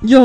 哟，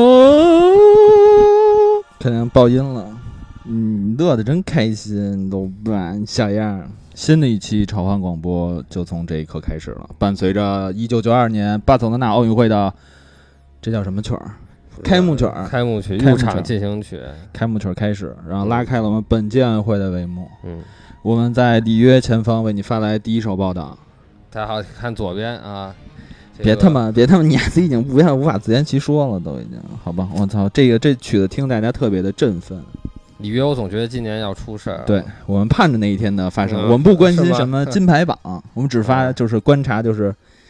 肯定爆音了。乐得真开心，都不然小样。新的一期潮汉广播就从这一刻开始了，伴随着1992年巴塞罗那奥运会的，这叫什么曲儿？开幕曲， 入场进行曲， 开幕曲开始，然后拉开了我们本届奥运会的帷幕。我们在里约前方为你发来第一手报道。 大家好，看左边啊。 别他妈，你孩子已经无法自圆其说了，都已经，好吧？我操，这曲子听大家特别的振奋。 里约，我总觉得今年要出事儿。 对，我们盼着那一天的发生。我们不关心什么金牌榜，我们只发就是观察，就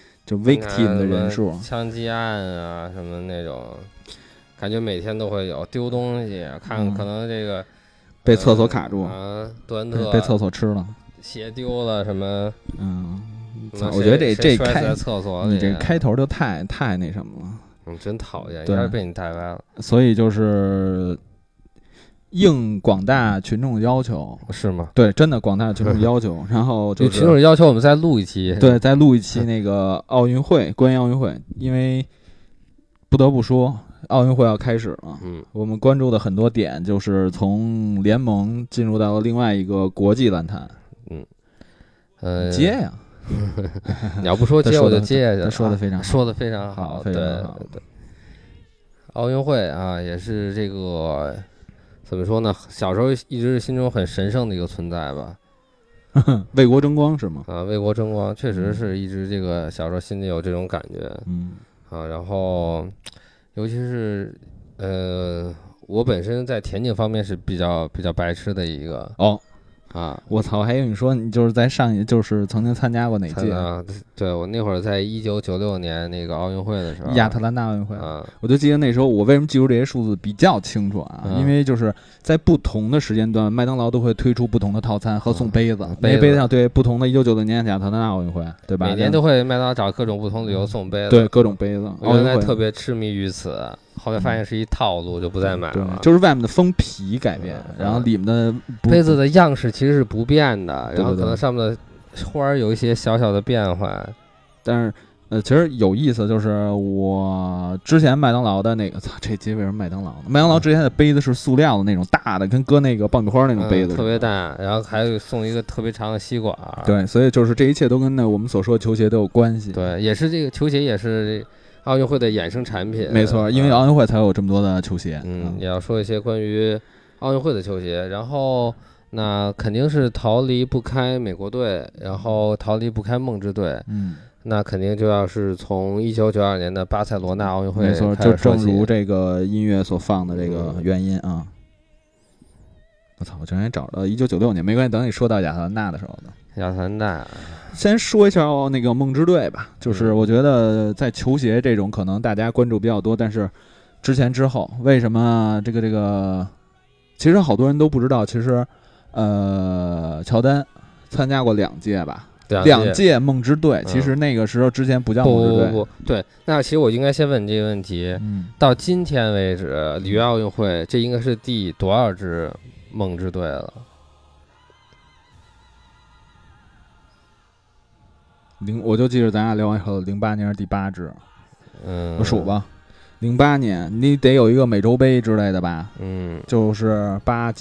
victim 的人数， 枪击案啊什么那种，感觉每天都会有丢东西，看可能这个被厕所卡住杜兰特被厕所吃了， 鞋丢了什么， 我觉得这摔在厕所里， 你这开头就太那什么了， 真讨厌，有点被你带歪了。 所以就是应广大群众的要求， 是吗？ 对，真的广大群众要求，然后就是群众要求我们再录一期， 对，再录一期那个奥运会，关于奥运会，因为不得不说，奥运会要开始了。我们关注的很多点就是从联盟进入到了另外一个国际篮坛。接呀。 你要不说接我就接下去， 说的非常好， 非常好。 对，奥运会啊，也是这个怎么说呢？小时候一直是心中很神圣的一个存在吧。 为国争光是吗？ 为国争光，确实是一直这个小时候心里有这种感觉。然后尤其是我本身在田径方面是比较白痴的一个我操！还有你说你就是在就是曾经参加过哪届啊？对，我那会儿在1996年那个奥运会的时候， 亚特兰大奥运会，我就记得那时候我为什么记住这些数字比较清楚啊？因为就是在不同的时间段，麦当劳都会推出不同的套餐和送杯子，杯子上对不同的1996年亚特兰大奥运会，对吧？ 每年都会麦当劳找各种不同理由送杯子， 对各种杯子。 我原来特别痴迷于此。后来发现是一套路，就不再买了。 就是外面的封皮改变，然后里面的杯子的样式其实是不变的，然后可能上面的花有一些小小的变化。 但是其实有意思，就是我之前麦当劳的那个，这结为什么麦当劳呢？麦当劳之前的杯子是塑料的那种大的，跟搁那个爆米花那种杯子， 特别大，然后还有送一个特别长的吸管。 对，所以就是这一切都跟我们所说的球鞋都有关系。 对，也是这个球鞋也是奥运会的衍生产品， 没错，因为奥运会才有这么多的球鞋。 也要说一些关于奥运会的球鞋，然后那肯定是逃离不开美国队，然后逃离不开梦之队。那肯定就要是从1992年的巴塞罗那奥运会， 没错，就正如这个音乐所放的这个原因啊。我操，我竟然找到1996年，没关系，等你说到亚特兰大的时候呢。 亚特兰大， 先说一下那个梦之队吧，就是我觉得在球鞋这种可能大家关注比较多，但是之前之后为什么这个，其实好多人都不知道，其实乔丹参加过2届吧。2届梦之队，其实那个时候之前不叫梦之队。 不，对，那其实我应该先问这个问题。到今天为止，里约奥运会这应该是第多少支梦之队了？ 我就记着咱俩聊完以后，08年是第8支。我数吧，08年你得有一个美洲杯之类的吧？就是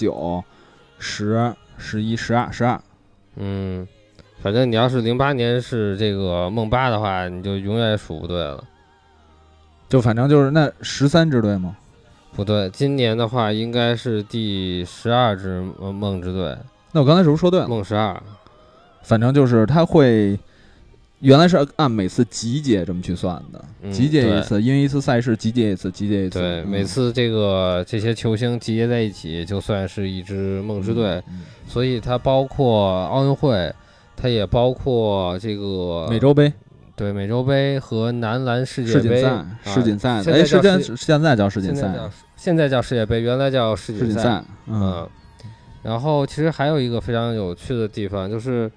8、9、10、11、12。 反正你要是08年是这个梦8的话，你就永远数不对了。 就反正就是那13支队吗？ 不对，今年的话应该是第12支梦之队。 那我刚才是不是说对了？ 梦12。 反正就是他会，原来是按每次集结这么去算的，集结一次，因为一次赛事集结一次，集结一次。 对，每次这些球星集结在一起，就算是一支梦之队。所以它包括奥运会。它也包括这个美洲杯， 对，美洲杯和男篮世界杯、 世锦赛， 现在叫世锦赛， 现在叫世界杯，原来叫世锦赛。 然后其实还有一个非常有趣的地方，就是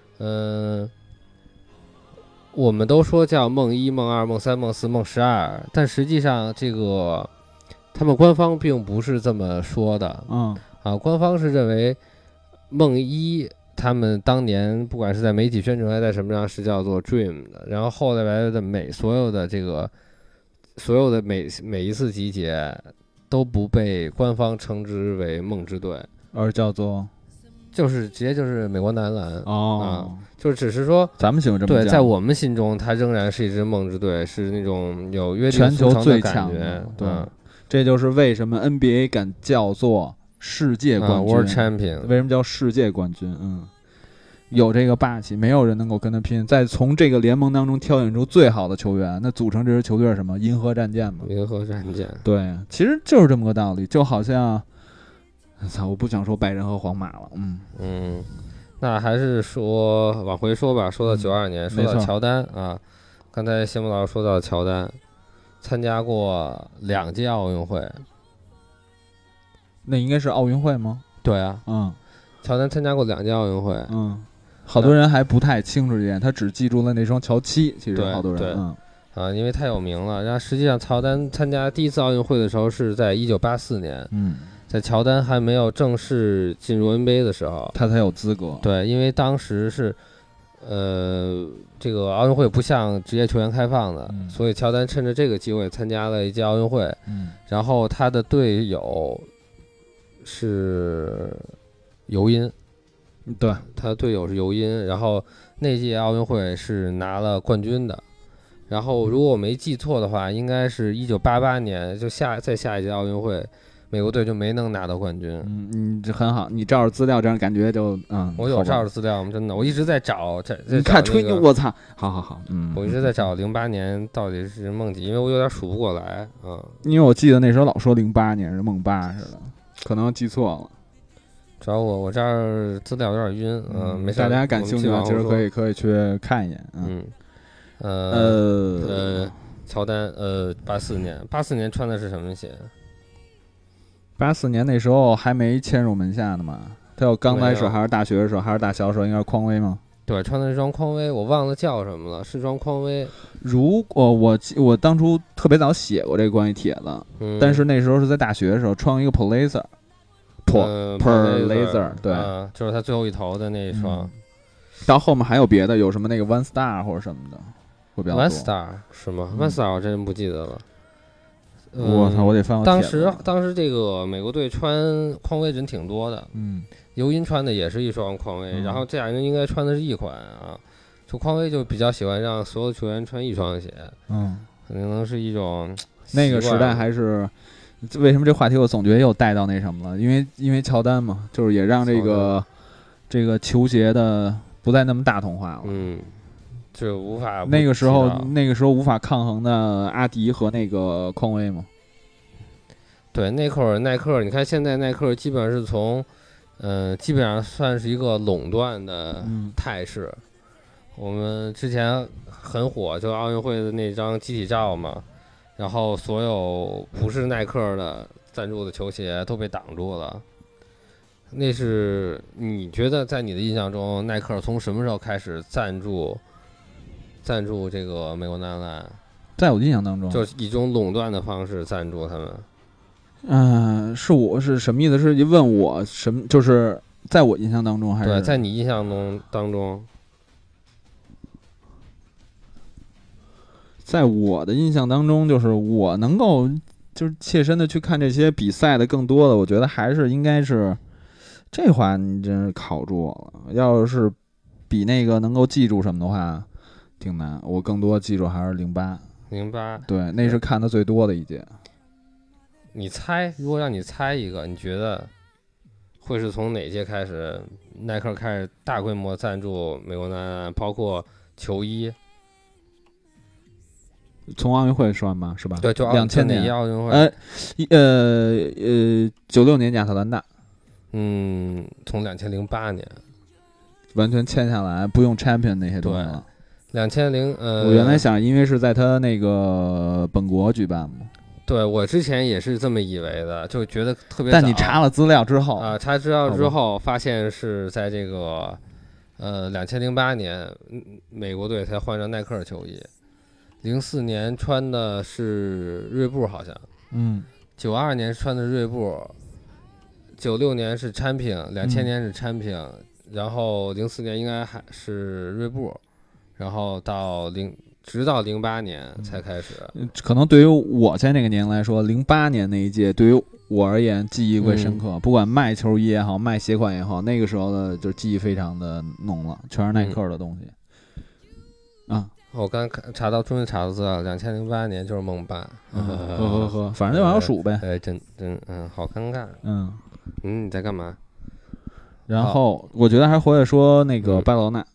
我们都说叫梦1、梦2、梦3、梦4、梦12，但实际上这个他们官方并不是这么说的。官方是认为梦1。他们当年不管是在媒体宣传还是在什么上是叫做 Dream 的，然后后来的所有的这个所有的每一次集结都不被官方称之为梦之队， 而叫做就是直接就是美国男篮哦， 就只是说咱们喜欢这么对，在我们心中，它仍然是一支梦之队，是那种有约定全球最强的。对，这就是为什么 NBA 敢叫做世界冠军 ，World Champion， 为什么叫世界冠军？有这个霸气，没有人能够跟他拼。再从这个联盟当中挑选出最好的球员，那组成这支球队是什么？银河战舰嘛。 银河战舰。 对，其实就是这么个道理，就好像，我不想说拜仁和皇马了。 那还是说往回说吧。说到92年，说到乔丹啊，刚才谢幕老师说到乔丹参加过2届奥运会， 那应该是奥运会吗？ 对啊，乔丹参加过2届奥运会， 好多人还不太清楚这点，他只记住了那双乔7，其实好多人， 因为太有名了。然后实际上，乔丹参加第一次奥运会的时候是在1984年，在乔丹还没有正式进入 NBA 的时候， 他才有资格。 对，因为当时是，这个奥运会不向职业球员开放的，所以乔丹趁着这个机会参加了1届奥运会。然后他的队友是尤因。 对， 他的队友是尤因，然后那届奥运会是拿了冠军的，然后如果我没记错的话，应该是1988年就再下一届奥运会，美国队就没能拿到冠军。 这很好，你照着资料这样感觉就我有照着资料吗？真的，我一直在找， 你看吹牛，我操，好， 我一直在找08年到底是梦几，因为我有点数不过来因为我记得那时候老说08年是梦8似的，可能记错了。 主要我这儿资料有点晕，没事。 大家感兴趣的，其实可以去看一眼。 乔丹84年穿的是什么鞋 ？84年那时候还没迁入门下呢嘛，他要刚开始还是大学的时候，还是大小的时候，应该是匡威吗？ 对，穿的是双匡威，我忘了叫什么了，是双匡威。 如果我当初特别早写过这个关于帖子，但是那时候是在大学的时候，穿一个 Polazer，对， 就是他最后一头的那一双。 到后面还有别的，有什么那个 One Star 或者什么的，会比较多。 One Star 是吗？One Star 我真不记得了。 我操，我得翻。 当时这个美国队穿匡威人挺多的，尤因穿的也是一双匡威，然后这俩人应该穿的是一款啊。就匡威就比较喜欢让所有球员穿一双鞋，可能是一种那个时代还是。为什么这话题我总觉得又带到那什么了？因为乔丹嘛，就是也让这个球鞋的不再那么大同化了。 就无法那个时候无法抗衡的阿迪和那个匡威嘛。 对，那会儿耐克，你看现在耐克基本上是从，基本上算是一个垄断的态势。我们之前很火，就奥运会的那张集体照嘛。然后所有不是耐克的赞助的球鞋都被挡住了。那是你觉得在你的印象中，耐克从什么时候开始赞助这个美国男篮？ 在我印象当中， 就以一种垄断的方式赞助他们。 是什么意思？是问我什么？就是在我印象当中，还是对，在你印象当中。 在我的印象当中，就是我能够就是切身的去看这些比赛的更多的，我觉得还是应该是这话你真是考住我了。要是比那个能够记住什么的话，挺难。我更多记住还是08，对，那是看的最多的一届。 你猜，如果让你猜一个，你觉得会是从哪届开始，耐克开始大规模赞助美国男篮，包括球衣？ 从奥运会算吧，是吧？ 对，就 2000年奥运会。 96年亚特兰大。 从2008年完全签下来，不用 champion 那些东西了。 我原来想，因为是在他那个本国举办嘛。 对，我之前也是这么以为的，就觉得特别早。 但你查了资料之后查资料之后发现是在这个2008年，美国队才换上耐克球衣。04年穿的是锐步，好像，92年穿的锐步，96年是产品，2000年是产品，然后04年应该还是锐步，然后到直到08年才开始。 可能对于我现在这个年龄来说，08年那一届对于我而言记忆会深刻。不管卖球衣也好，卖鞋款也好，那个时候的就记忆非常的浓了，全是耐克的东西。 我刚查到，终于查到资料，2008年就是梦8。 反正就往上数呗。 真好尴尬。你在干嘛？ 然后我觉得还回来说那个巴塞罗那。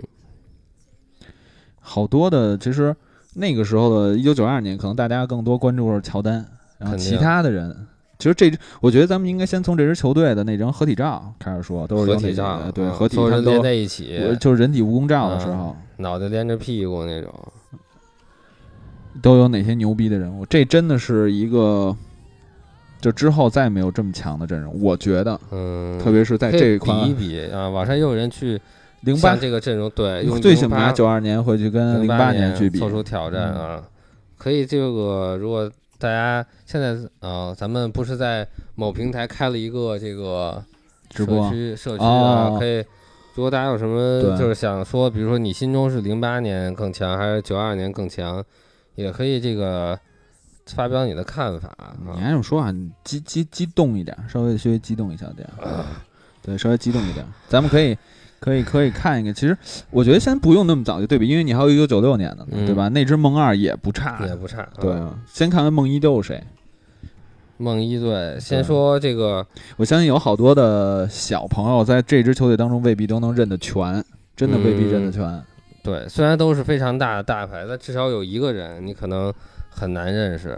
好多的，其实那个时候的1992年，可能大家更多关注是乔丹，然后其他的人，其实我觉得咱们应该先从这支球队的那张合体照开始说，都是合体照， 对，合体都是连在一起， 就是人体蜈蚣照的时候， 脑袋连着屁股那种， 都有哪些牛逼的人物？这真的是一个，就之后再没有这么强的阵容，我觉得，特别是在这一块比一比啊，网上也有人去。 08 这个阵容，对，用最起码92年会去跟08年去比， 做出挑战啊。可以，这个如果大家现在咱们不是在某平台开了一个这个直播社区啊，可以。如果大家有什么就是想说，比如说你心中是08年更强还是92年更强，也可以这个发表你的看法。 你还这么说啊？激动一点，稍微激动一下点。对，稍微激动一点，咱们可以看一个。其实我觉得先不用那么早就对比，因为你还有1996年的，对吧？那支梦2也不差，对，先看看梦1都有谁。 梦1队，先说这个， 我相信有好多的小朋友在这支球队当中未必都能认得全，真的未必认得全。 对，虽然都是非常大的大牌，但至少有一个人你可能很难认识。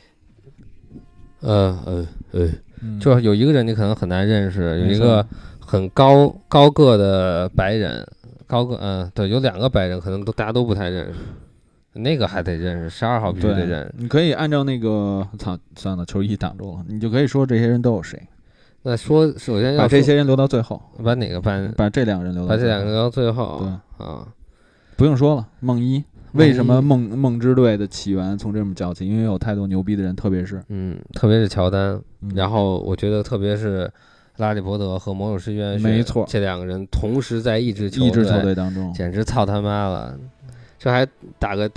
就是有一个人你可能很难认识，有一个很高个的白人，对，有2个白人可能大家都不太认识，那个还得认识，12号必须得认识。 你可以按照那个，算了，球衣挡住了，你就可以说这些人都有谁。 那说首先要把这些人留到最后， 把哪个把这2个人留到最后， 把这2个人留到最后。 对不用说了，梦1。为什么梦之队的起源从这么讲起？因为有太多牛逼的人，特别是乔丹，然后我觉得特别是拉里伯德和魔术师约翰逊， 没错， 这2个人同时在一支球队当中， 简直操他妈了！这还打个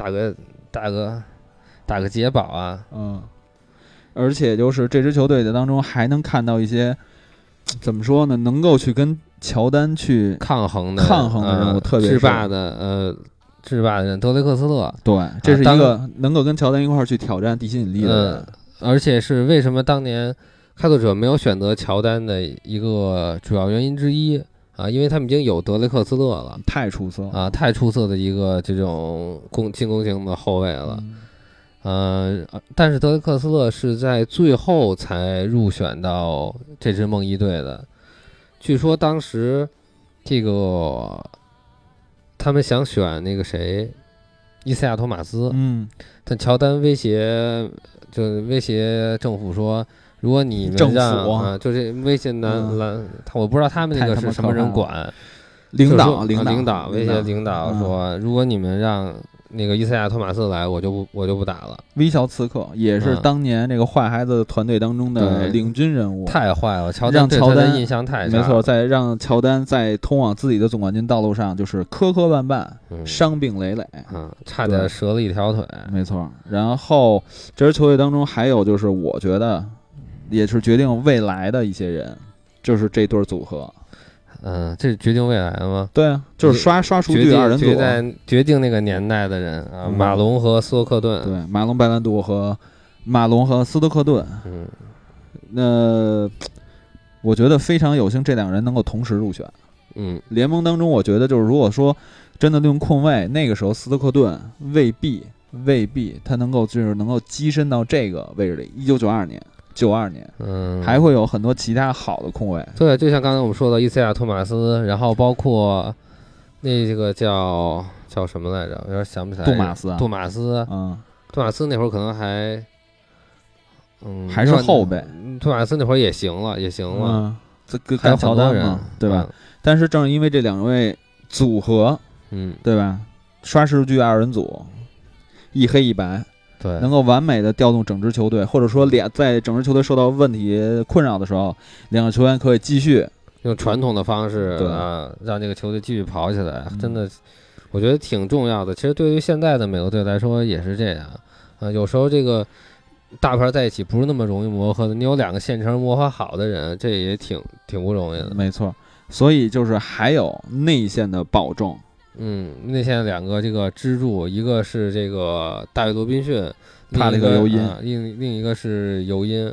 解宝啊！ 而且就是这支球队的当中还能看到一些怎么说呢？能够去跟乔丹去抗衡的人物，特别是制霸的人德雷克斯勒， 对，这是一个能够跟乔丹一块儿去挑战地心引力的人， 而且是为什么当年开拓者没有选择乔丹的一个主要原因之一啊，因为他们已经有德雷克斯勒了， 太出色的一个这种进攻型的后卫了，但是德雷克斯勒是在最后才入选到这支梦1队的，据说当时这个。他们想选那个谁，伊赛亚·托马斯，但乔丹威胁政府说，如果你们让就是威胁我不知道他们那个是什么人管， 领导威胁领导说，如果你们让那个伊赛亚·托马斯来，我就不打了。 微笑刺客也是当年这个坏孩子团队当中的领军人物， 太坏了。 让乔丹的印象太差， 没错，让乔丹在通往自己的总冠军道路上就是磕磕绊绊，伤病累累， 差点折了一条腿。 没错。然后这支球队当中还有就是我觉得也是决定未来的一些人，就是这对组合。 这是决定未来的吗？ 对啊，就是刷数据2人组， 决定那个年代的人啊，马龙和斯托克顿。 对，马龙白兰度和马龙和斯托克顿。那我觉得非常有幸这2个人能够同时入选。联盟当中我觉得就是如果说真的用控卫，那个时候斯托克顿未必他能够跻身到这个位置里。1992年，还会有很多其他好的控卫。 对，就像刚才我们说的伊赛亚·托马斯，然后包括那个叫什么来着？有点想不起来。杜马斯，杜马斯那会儿可能还是后辈。 杜马斯那会儿也行了。 这跟乔丹嘛，对吧？但是正是因为这2位组合，对吧？刷数据2人组，一黑一白。 对， 能够完美的调动整支球队，或者说在整支球队受到问题困扰的时候，2个球员可以继续用传统的方式让这个球队继续跑起来。真的， 我觉得挺重要的。其实对于现在的美国队来说也是这样有时候这个大牌在一起不是那么容易磨合的，你有2个现成磨合好的人，这也挺不容易的。 没错，所以就是还有内线的保重。 内线的2个这个支柱，一个是这个大卫罗宾逊， 帕里克尤因， 另一个是尤因。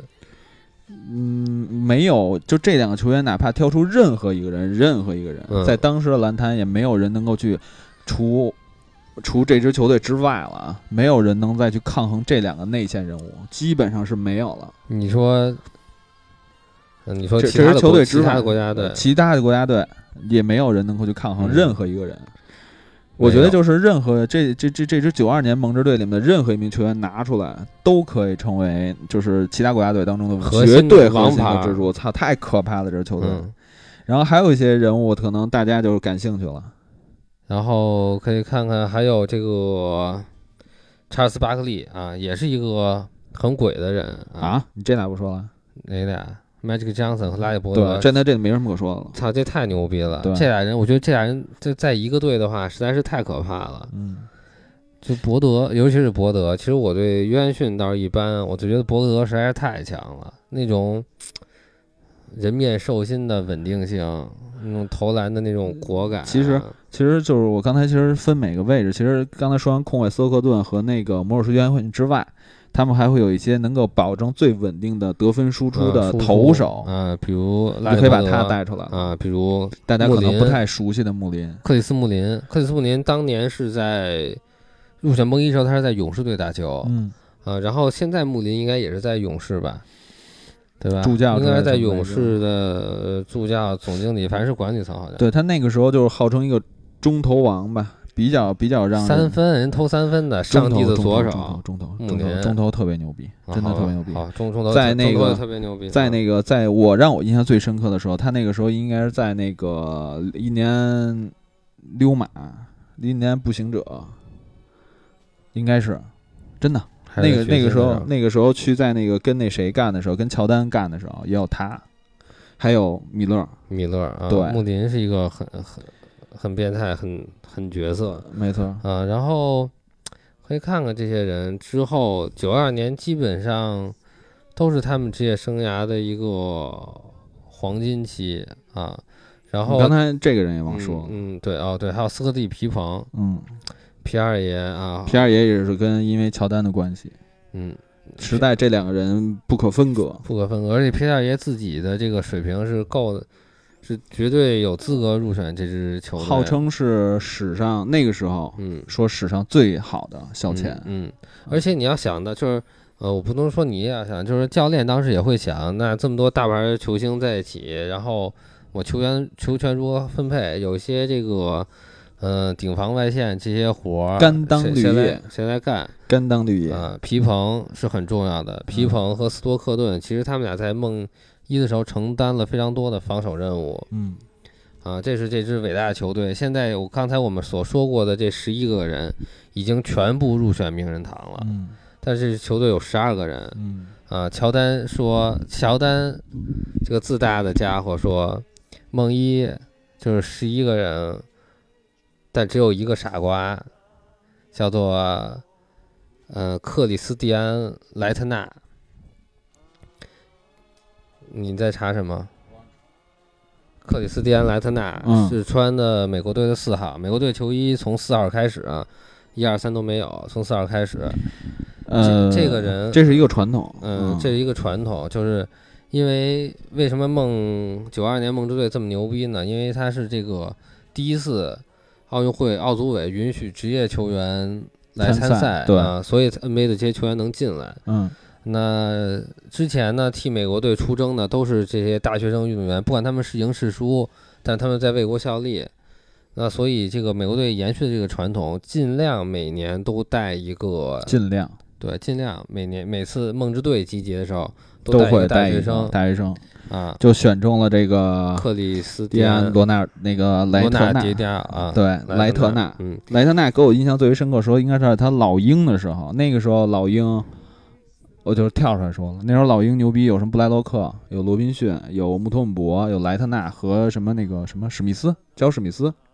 没有，就这2个球员，哪怕挑出任何一个人，在当时的篮坛也没有人能够去除这支球队之外了啊，没有人能再去抗衡这2个内线人物，基本上是没有了。 你说这支球队之外， 其他的国家队也没有人能够去抗衡任何一个人。我觉得就是任何这支92年梦之队里面的任何一名球员拿出来，都可以成为就是其他国家队当中的绝对核心的支柱。操，太可怕了这支球队。然后还有一些人物可能大家就是感兴趣了， 然后可以看看还有这个查尔斯巴克利啊，也是一个很鬼的人啊。你这俩不说了？ 哪俩？Magic Johnson 和拉里伯德， 对，这没什么可说的了。 操，这太牛逼了！这俩人，我觉得这俩人在一个队的话，实在是太可怕了。就伯德，尤其是伯德，其实我对约翰逊倒是一般，我就觉得伯德实在是太强了，那种人面兽心的稳定性，那种投篮的那种果敢。 其实就是我刚才分每个位置，其实刚才说完控卫斯科克顿和那个魔术师约翰逊之外。他们还会有一些能够保证最稳定的得分输出的投手比如你可以把他带出来比如大家可能不太熟悉的克里斯穆林当年是在入选梦一时候，他是在勇士队打球，然后现在穆林应该也是在勇士吧，对吧？ 助教应该是在勇士的助教、总经理，反正是管理层好像。 对，他那个时候就是号称一个中投王吧。比较让 3分人投3分的上帝的左手， 中投特别牛逼，真的特别牛逼。 中投在那个特别牛逼， 在我让我印象最深刻的时候，他那个时候应该是在那个一年溜马，一年步行者，应该是真的。那个时候去在那个跟那谁干的时候，跟乔丹干的时候，也有他，还有米勒对， 穆林是一个很变态、很角色， 没错然后可以看看这些人之后，92年基本上都是他们职业生涯的一个黄金期啊。然后刚才这个人也忘说了，对，还有斯科蒂皮蓬，皮二爷啊， 皮二爷也是因为乔丹的关系，时代这2个人不可分割， 而且皮二爷自己的这个水平是够的。是绝对有资格入选这支球队， 号称是史上那个时候，说史上最好的校前， 而且你要想的就是，我不能说你也要想，就是教练当时也会想，那这么多大牌球星在一起，然后我球权如何分配？有一些这个，顶防外线这些活甘当绿叶， 谁来干？ 甘当绿叶皮蓬是很重要的，皮蓬和斯托克顿，其实他们俩在梦一的时候承担了非常多的防守任务，这是这支伟大的球队。现在刚才我们所说过的这11个人已经全部入选名人堂了，但是球队有12个人，乔丹这个自大的家伙说，梦一就是11个人，但只有一个傻瓜，叫做克里斯蒂安·莱特纳。你在查什么？克里斯蒂安·莱特纳是穿的美国队的4号，美国队球衣从4号开始啊，1、2、3都没有，从4号开始。这个人， 这是一个传统， 这是一个传统，就是因为为什么92年梦之队这么牛逼呢？因为他是这个第一次奥运会奥组委允许职业球员来参赛， 对所以 NBA 的这些球员能进来，那之前呢，替美国队出征的都是这些大学生运动员，不管他们是赢是输，但他们在为国效力。那所以这个美国队延续的这个传统，尽量每年都带一个，尽量每次梦之队集结的时候都会带一个大学生啊， 就选中了这个克里斯蒂安罗纳那个莱特纳对莱特纳，莱特纳给我印象最为深刻的时候，应该是他老鹰的时候，那个时候老鹰。我就跳出来说了，那时候老鹰牛逼，有什么布莱洛克，有罗宾逊，有穆托姆博，有莱特纳和什么那个什么史密斯，叫史密斯，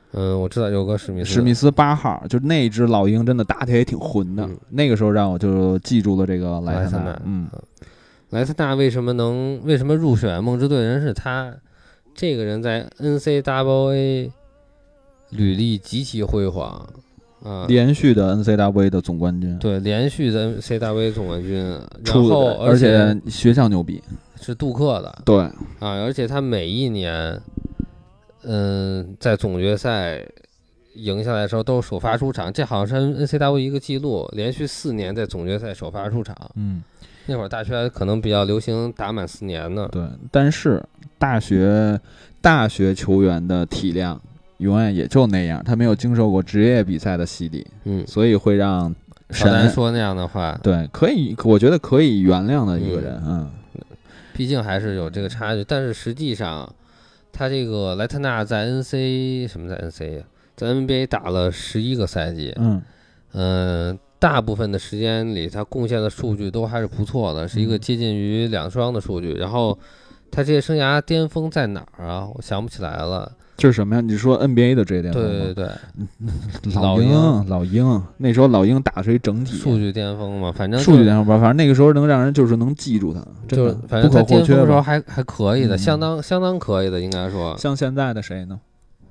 我知道有个史密斯8号，就那只老鹰真的打的也挺混的，那个时候让我就记住了这个莱特纳。 莱特纳为什么入选梦之队人是他？这个人在 NCAA 履历极其辉煌连续的 NCAA 的总冠军， 对，连续的 NCAA 总冠军，然后而且学校牛逼， 是杜克的， 对而且他每一年，在总决赛赢下来的时候都首發出场，这好像是 NCAA 一个记录，连续4年在总决赛首发出场。那会儿大学可能比较流行打满4年呢。 对，但是大学球员的体量永远也就那样，他没有经受过职业比赛的洗礼，所以会让神说那样的话， 对，我觉得可以原谅的一个人， 毕竟还是有这个差距，但是实际上，他这个莱特纳在 NCAA 在 NBA 打了11个赛季，大部分的时间里，他贡献的数据都还是不错的，是一个接近于2双的数据。然后他职业生涯巅峰在哪儿啊？我想不起来了。 这是什么呀？你说 NBA 的职业巅峰吗？ 对对对， 老鹰，那时候老鹰打的是一整体数据巅峰嘛，反正数据巅峰吧，反正那个时候能让人就是能记住他， 就反正他巅峰的时候还可以的，相当可以的，应该说。 像现在的谁呢？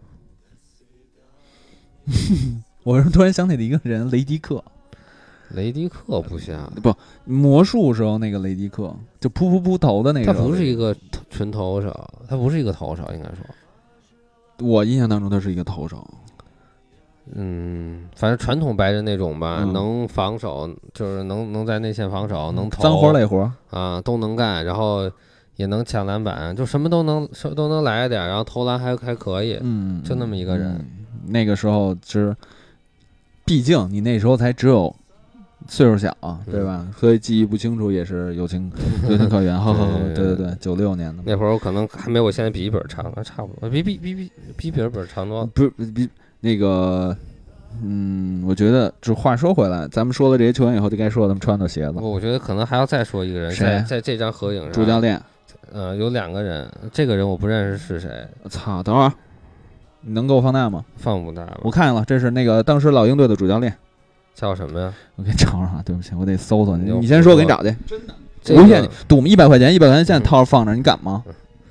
我是突然想起了一个人，雷迪克。 雷迪克不像， 不，魔术时候那个雷迪克就扑投的那个， 他不是一个纯投手，他不是一个投手，应该说， 我印象当中他是一个投手。 反正传统白人那种吧，能防守，就是能在内线防守，能投， 脏活累活都能干，然后也能抢篮板，就什么都能来一点，然后投篮还可以，就那么一个人。 那个时候毕竟你那时候才只有岁数小对吧？所以记忆不清楚也是有情可原。对，96年的那会儿我可能还没我现在笔记本长，差不多，比笔记本长多了。 不是比那个，我觉得这话说回来，咱们说了这些球员以后，就该说他们穿的鞋子。 我觉得可能还要再说一个人，在这张合影上， 主教练， 有2个人，这个人我不认识是谁。 操，等会儿，你能给我放大吗？ 放不大吧。 我看了，这是那个当时老鹰队的主教练。 叫什么呀？ 我给你找上，对不起，我得搜搜你。你先说，我给你找去。 真的， 不骗你，赌我们100块钱，100块钱现在套着放着，你敢吗？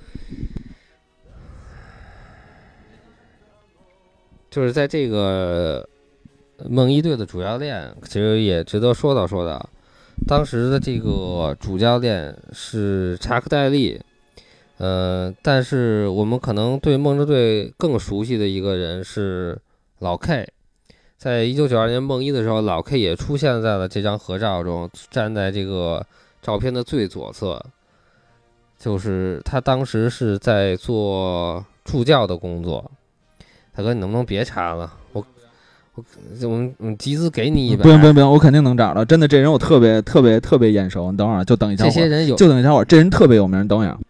就是在这个梦一队的主教练，其实也值得说道。当时的这个主教练是查克戴利，但是我们可能对梦之队更熟悉的一个人是老 K。在1992年梦一的时候，老 K 也出现在了这张合照中，站在这个照片的最左侧。就是他当时是在做助教的工作。大哥，你能不能别查了？我们集资给你100。 不用，我肯定能找到。真的，这人我特别眼熟。你等会儿，就等一下。 这些人就等一下，这人特别有名。等一下。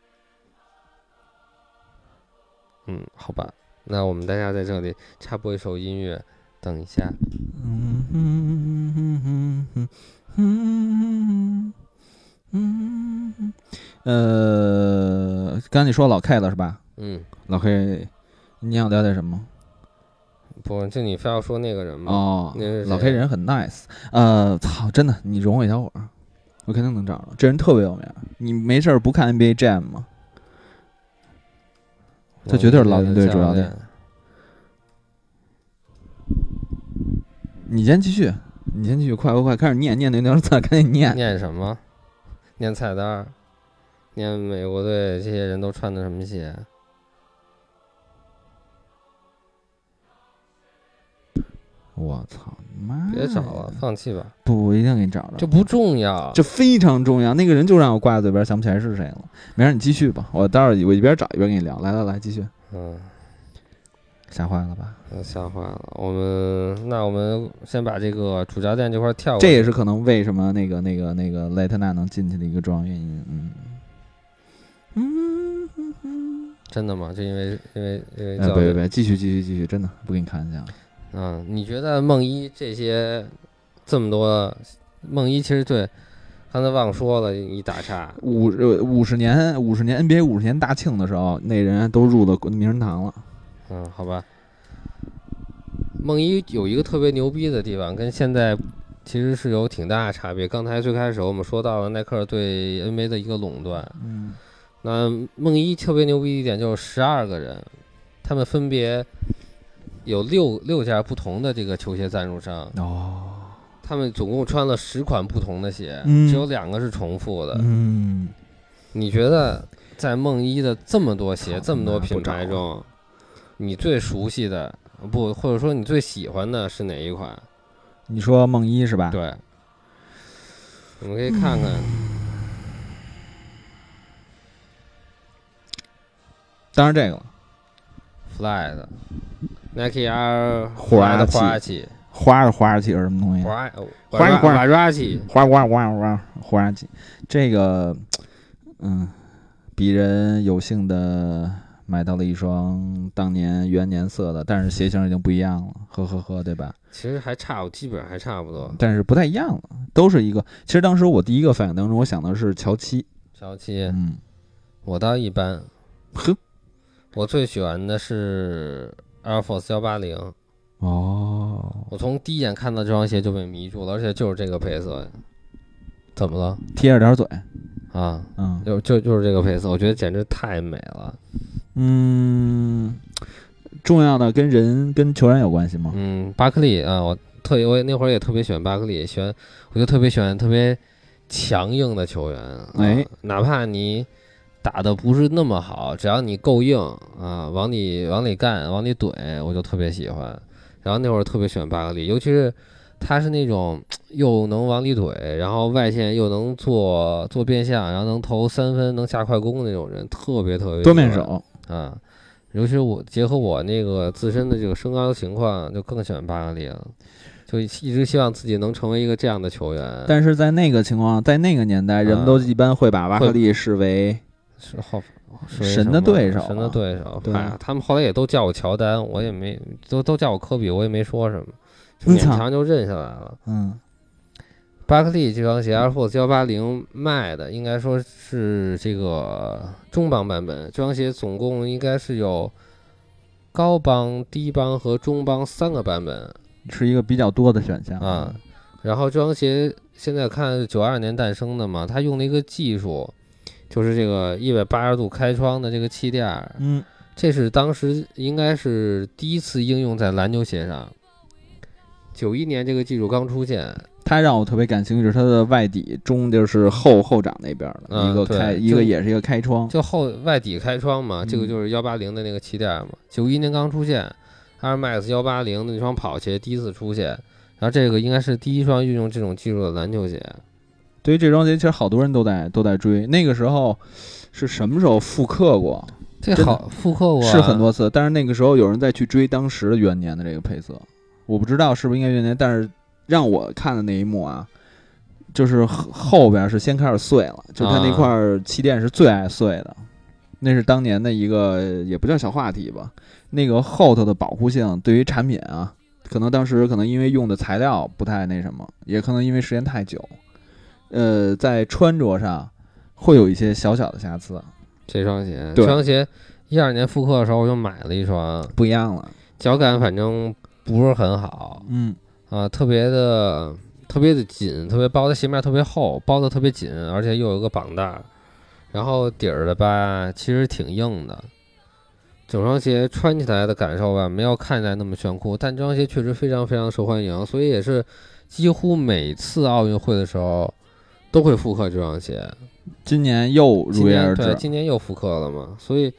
好吧，那我们大家在这里插播一首音乐。等一下， 刚才你说老 K 了是吧？老 K， 你想了解什么？ 不，就你非要说那个人吗？ 老 K 人很 nice。操，真的，你容我一小会儿，我肯定能找着。这人特别有名，你没事不看 NBA Jam 吗？他绝对是老鹰队主教练。你先继续，快，开始念那条字，赶紧念。 念什么？念菜单，念美国队这些人都穿的什么鞋？ 我操妈！ 别找了，放弃吧。 不，我一定给你找着。 这不重要， 这非常重要。那个人就让我挂在嘴边，想不起来是谁了。没事，你继续吧。我待会儿我一边找一边跟你聊。来，继续。吓坏了吧？ 吓坏了。我们先把这个主教练这块跳过。 这也是可能为什么那个莱特纳能进去的一个重要原因。 真的吗？就因为别，继续，真的不跟你开玩笑。 你觉得梦一这些这么多，梦一其实对，刚才忘说了一打岔 ，50年 NBA 50年大庆的时候，那人都入了名人堂了。 好吧。 梦一有一个特别牛逼的地方，跟现在其实是有挺大的差别。刚才最开始我们说到了耐克对 NBA 的一个垄断，那梦一特别牛逼一点就是12个人，他们分别有六家不同的这个球鞋赞助商他们总共穿了10款不同的鞋，只有2个是重复的。你觉得在梦一的这么多鞋、这么多品牌中，你最熟悉的或者说你最喜欢的是哪一款？ 你说梦一是吧？ 对，我们可以看看。 当然这个了 ，Fly 的 Nike Air 花的花器。 花器是什么东西？花器，这个，鄙人有幸的买到了一双当年元年色的，但是鞋型已经不一样了，对吧？ 其实基本上还差不多， 但是不太一样了，都是一个。其实当时我第一个反应当中，我想的是乔七， 我倒一般，我最喜欢的是 Air Force 180。我从第一眼看到这双鞋就被迷住了，而且就是这个配色。怎么了？ 贴着点嘴啊，就是这个配色，我觉得简直太美了。 重要的跟球员有关系吗？ 巴克利啊，我那会儿也特别喜欢巴克利，我就特别喜欢特别强硬的球员，哪怕你打的不是那么好，只要你够硬啊，往里干，往里怼，我就特别喜欢。然后那会儿特别喜欢巴克利，尤其是他是那种又能往里怼，然后外线又能做变向，然后能投3分，能下快攻的那种人，特别多面手啊。尤其是我结合我那个自身的这个身高情况，就更喜欢巴克利了，就一直希望自己能成为一个这样的球员。 但是在那个情况，在那个年代，人们都一般会把巴克利视为神的对手， 他们后来也都叫我乔丹，我也没都叫我科比，我也没说什么，就勉强就认下来了。巴克利这双鞋 Air Force 180卖的应该说是这个中帮版本，这双鞋总共应该是有高帮、低帮和中帮3个版本， 是一个比较多的选项啊。然后这双鞋现在看是92年诞生的嘛，它用了一个技术。就是这个180度开窗的这个气垫，这是当时应该是第一次应用在篮球鞋上。91年这个技术刚出现， 它让我特别感兴趣，是它的外底中就是后掌那边的一个也是一个开窗， 就外底开窗嘛，这个就是180的那个气垫嘛。91年刚出现 ，Air Max 180的那双跑鞋第一次出现，然后这个应该是第一双运用这种技术的篮球鞋。 对于这双鞋，其实好多人都在追。那个时候是什么时候复刻过？ 复刻过是很多次，但是那个时候有人再去追当时的元年的这个配色，我不知道是不是应该元年，但是让我看的那一幕啊，就是后边是先开始碎了，就它那块气垫是最爱碎的，那是当年的一个也不叫小话题吧。那个后头的保护性对于产品啊，可能当时因为用的材料不太那什么，也可能因为时间太久。在穿着上会有一些小小的瑕疵。 这双鞋12年复刻的时候我就买了一双， 不一样了， 脚感反正不是很好，特别的紧，特别包的鞋面特别厚，包的特别紧，而且又有个绑带，然后底儿的吧其实挺硬的。整双鞋穿起来的感受吧没有看起来那么炫酷，但这双鞋确实非常非常受欢迎，所以也是几乎每次奥运会的时候都会复刻这双鞋。 今年又如约而至， 对，今年又复刻了嘛，所以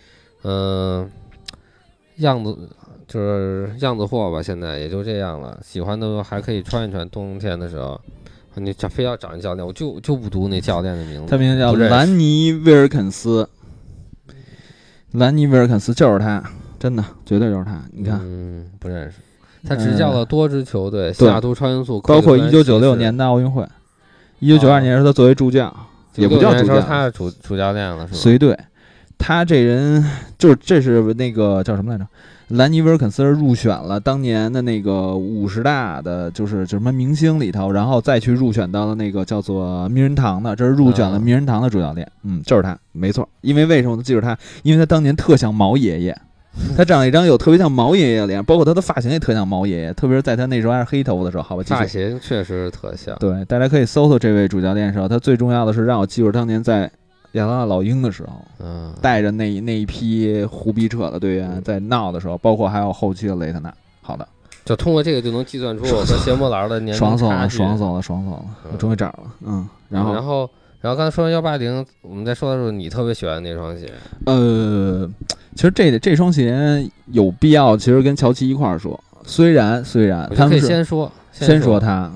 样子货吧，现在也就这样了。喜欢的还可以穿一穿，冬天的时候你非要找一教练，我就不读那教练的名字， 他名字叫兰尼·威尔肯斯。兰尼·威尔肯斯就是他，真的绝对就是他。你看， 不认识。他执教了多支球队，西雅图超音速， 包括1996年的奥运会，1992年是他作为助教，也不叫助教， 他是主教练了，是吧？ 随队。他这人这是那个叫什么来着？兰尼·威尔肯斯入选了当年的那个50大的，就是什么明星里头，然后再去入选到了那个叫做名人堂的，这是入选了名人堂的主教练。就是他，没错。因为为什么记住他？因为他当年特像毛爷爷。 他长了一张有特别像毛爷爷的脸，包括他的发型也特像毛爷爷，特别是在他那时候还是黑头的时候。好吧， 发型确实特像。 对，大家可以搜搜这位主教练的时候，他最重要的是让我记住当年在亚特兰大老鹰的时候，带着那一批胡逼扯的队员在闹的时候，包括还有后期的雷特纳。好的， 就通过这个就能计算出我和谢莫劳的年龄差距。 爽死了！我终于找了。然后刚才说完180，我们在说的时候，你特别喜欢那双鞋。 其实这双鞋有必要，其实跟乔奇一块儿说。虽然他们可以先说他，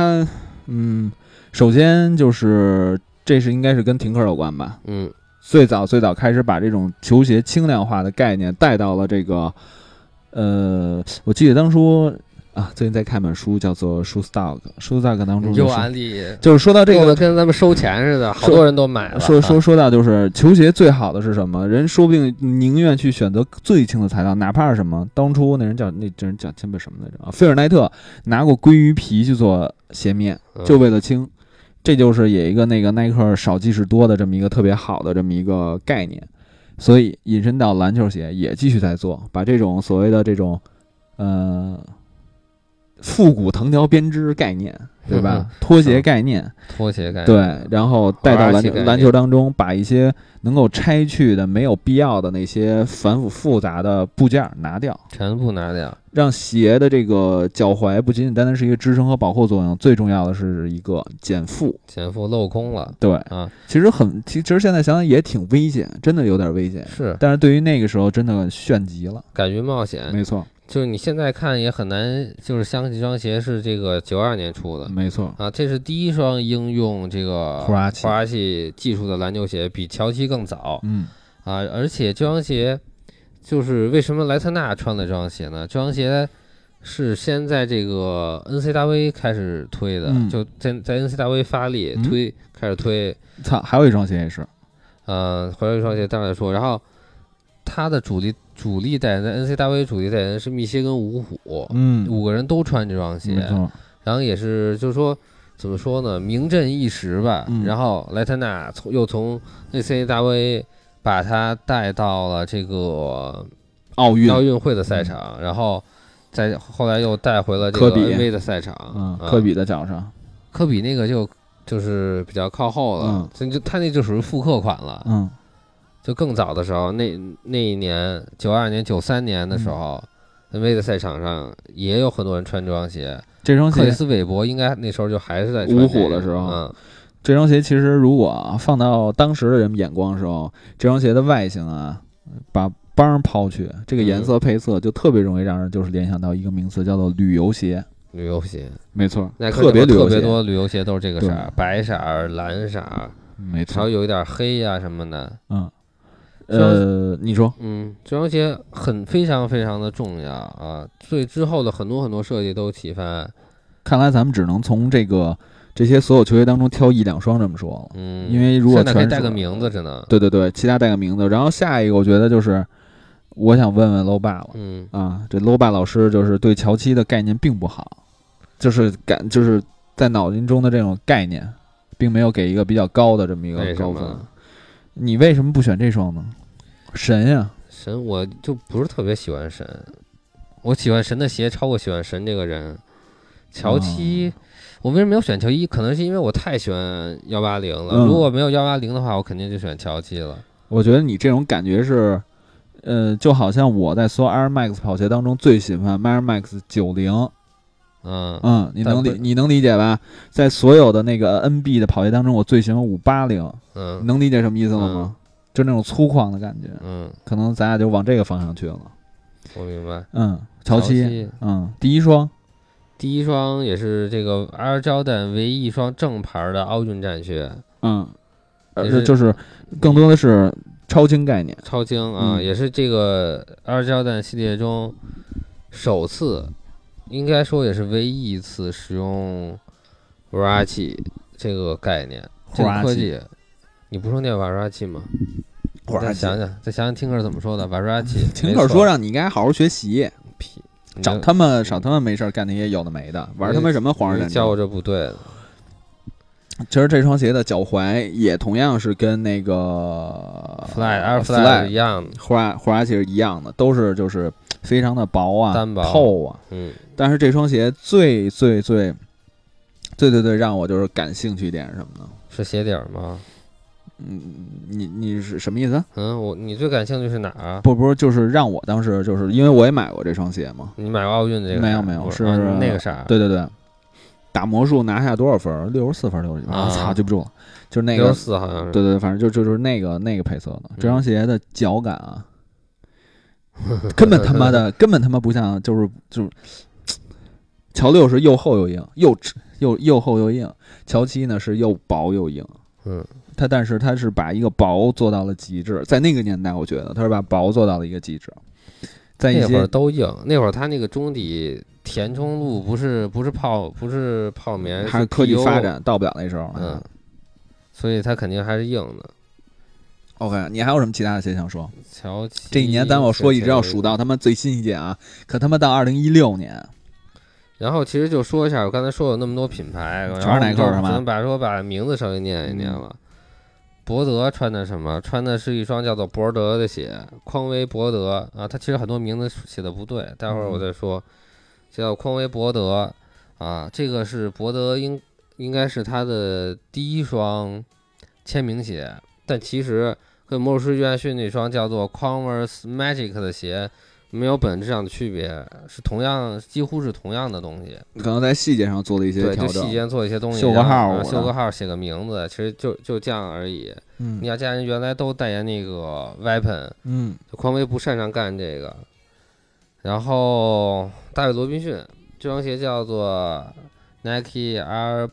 首先就是这是应该是跟停克有关吧。最早开始把这种球鞋轻量化的概念带到了这个，我记得当初。最近在看本书，叫做《Shoe Stock》当中， 又安利， 就是说到这个， 跟咱们收钱似的，好多人都买了。 说到就是球鞋最好的是什么？人说不定宁愿去选择最轻的材料，哪怕是什么。当初那人叫前辈什么来着？菲尔奈特拿过鲑鱼皮去做鞋面，就为了轻。这就是有一个那个耐克少即是多的这么一个特别好的这么一个概念，所以引申到篮球鞋也继续在做，把这种所谓的这种复古藤条编织概念，对吧？拖鞋概念，对，然后带到篮球当中，把一些能够拆去的、没有必要的那些繁复杂的部件拿掉， 全部拿掉， 让鞋的这个脚踝不仅仅单单是一个支撑和保护作用，最重要的是一个减负镂空了。 对其实现在想想也挺危险，真的有点危险。 是， 但是对于那个时候真的炫极了， 敢于冒险， 没错。 就是你现在看也很难，就是相信这双鞋是这个92年出的， 没错这是第一双应用这个胡拉契技术的篮球鞋，比乔奇更早。而且这双鞋就是为什么莱特纳穿的这双鞋呢？这双鞋是先在这个 NCAA 开始推的，就在 NCAA 发力开始推。 还有一双鞋也是， 还有一双鞋待会再说。然后它的主力代言人 NCAA 主力代言人是密歇根五虎，5个人都穿这双鞋，然后也是就是说怎么说呢，名震一时吧。然后莱特纳又从 NCAA 把他带到了这个奥运会的赛场，然后后来又带回了这个 NBA 的赛场。 科比的脚上， 科比那个就是比较靠后了，他那就属于复刻款了。就更早的时候，那一年92年、93年的时候，NBA 的赛场上也有很多人穿这双鞋。 这双鞋， 克里斯韦伯应该那时候就还是在穿五虎的时候。这双鞋其实如果放到当时的人眼光的时候，这双鞋的外形把帮抛去，这个颜色配色就特别容易让人就是联想到一个名词，叫做旅游鞋。 旅游鞋， 没错， 特别多旅游鞋都是这个色，白色、蓝色， 没错， 还有一点黑呀什么的。 你说， 这双鞋非常非常的重要啊，所以之后的很多设计都启发。 看来咱们只能从这些所有球鞋当中挑1、2双这么说了。因为如果现在可以带个名字，真的。 对，其他带个名字。然后下一个，我觉得就是我想问问 low 爸了。这 low 爸老师就是对乔七的概念并不好，就是在脑筋中的这种概念，并没有给一个比较高的这么一个高分。你为什么不选这双呢？神呀， 神，我就不是特别喜欢神，我喜欢神的鞋超过喜欢神这个人。乔七，我为什么没有选乔一？可能是因为我太喜欢180了。如果没有180的话，我肯定就选乔七了。 我觉得你这种感觉是，就好像我在所有 Air Max 跑鞋当中最喜欢 Air Max 90。你能理解吧？在所有的那个 NB 的跑鞋当中，我最喜欢580。能理解什么意思了吗？就那种粗犷的感觉。可能咱俩就往这个方向去了。 我明白。 乔七，第一双也是这个 Air Jordan 唯一一双正牌的奥运战靴。 就是更多的是超轻概念。 超轻也是这个 Air Jordan 系列中首次，应该说也是唯一一次使用 Versace 这个概念，这个科技。你不说念 Versace 吗？再想想听课怎么说的 Versace。 听课说让你应该好好学习。少他们没事干那些有的没的，玩他妈什么皇上战争。 教我这不对的。 其实这双鞋的脚踝也同样是跟那个 Fly 一样的， 霍华其实一样的，都是就是非常的薄啊、 单薄透啊。但是这双鞋最让我就是感兴趣一点是什么呢？ 是鞋底吗？ 你是什么意思？ 你最感兴趣是哪儿啊？ 不是，就是让我当时就是因为我也买过这双鞋嘛。 你买过奥运这个？ 没有，是那个啥？ 对，打魔术拿下多少分？64分，60分。我操，记不住了，就是那个 64好像是。 对，反正就是那个配色的。这双鞋的脚感啊，根本他妈不像，就是乔6是又厚又硬，又厚又硬。乔7呢是又薄又硬。但是它是把一个薄做到了极致，在那个年代，我觉得它是把薄做到了一个极致。在那会儿都硬，那会儿它那个中底填充路不是泡棉， 还是科技发展到不了那时候。 所以它肯定还是硬的。 OK， 你还有什么其他的鞋想说？ 乔7 这一年咱我说一直要数到他们最新一届啊，可他妈到2016年。 然后其实就说一下，我刚才说有那么多品牌， 全是耐克是吗？ 只能把名字稍微念一念了。博德穿的什么？穿的是一双叫做博德的鞋，匡威博德啊，它其实很多名字写的不对，待会儿我再说。叫匡威博德啊，这个是博德应该是他的第一双签名鞋，但其实跟魔术师约翰逊那双叫做 Converse Magic 的鞋没有本质上的区别，是几乎是同样的东西， 可能在细节上做了一些调整， 就细节做一些东西， 绣个号， 绣个号，写个名字，其实就这样而已。你要家人原来都代言那个 Weapon， 就匡威不擅长干这个。然后大卫罗宾逊这双鞋叫做 Nike Air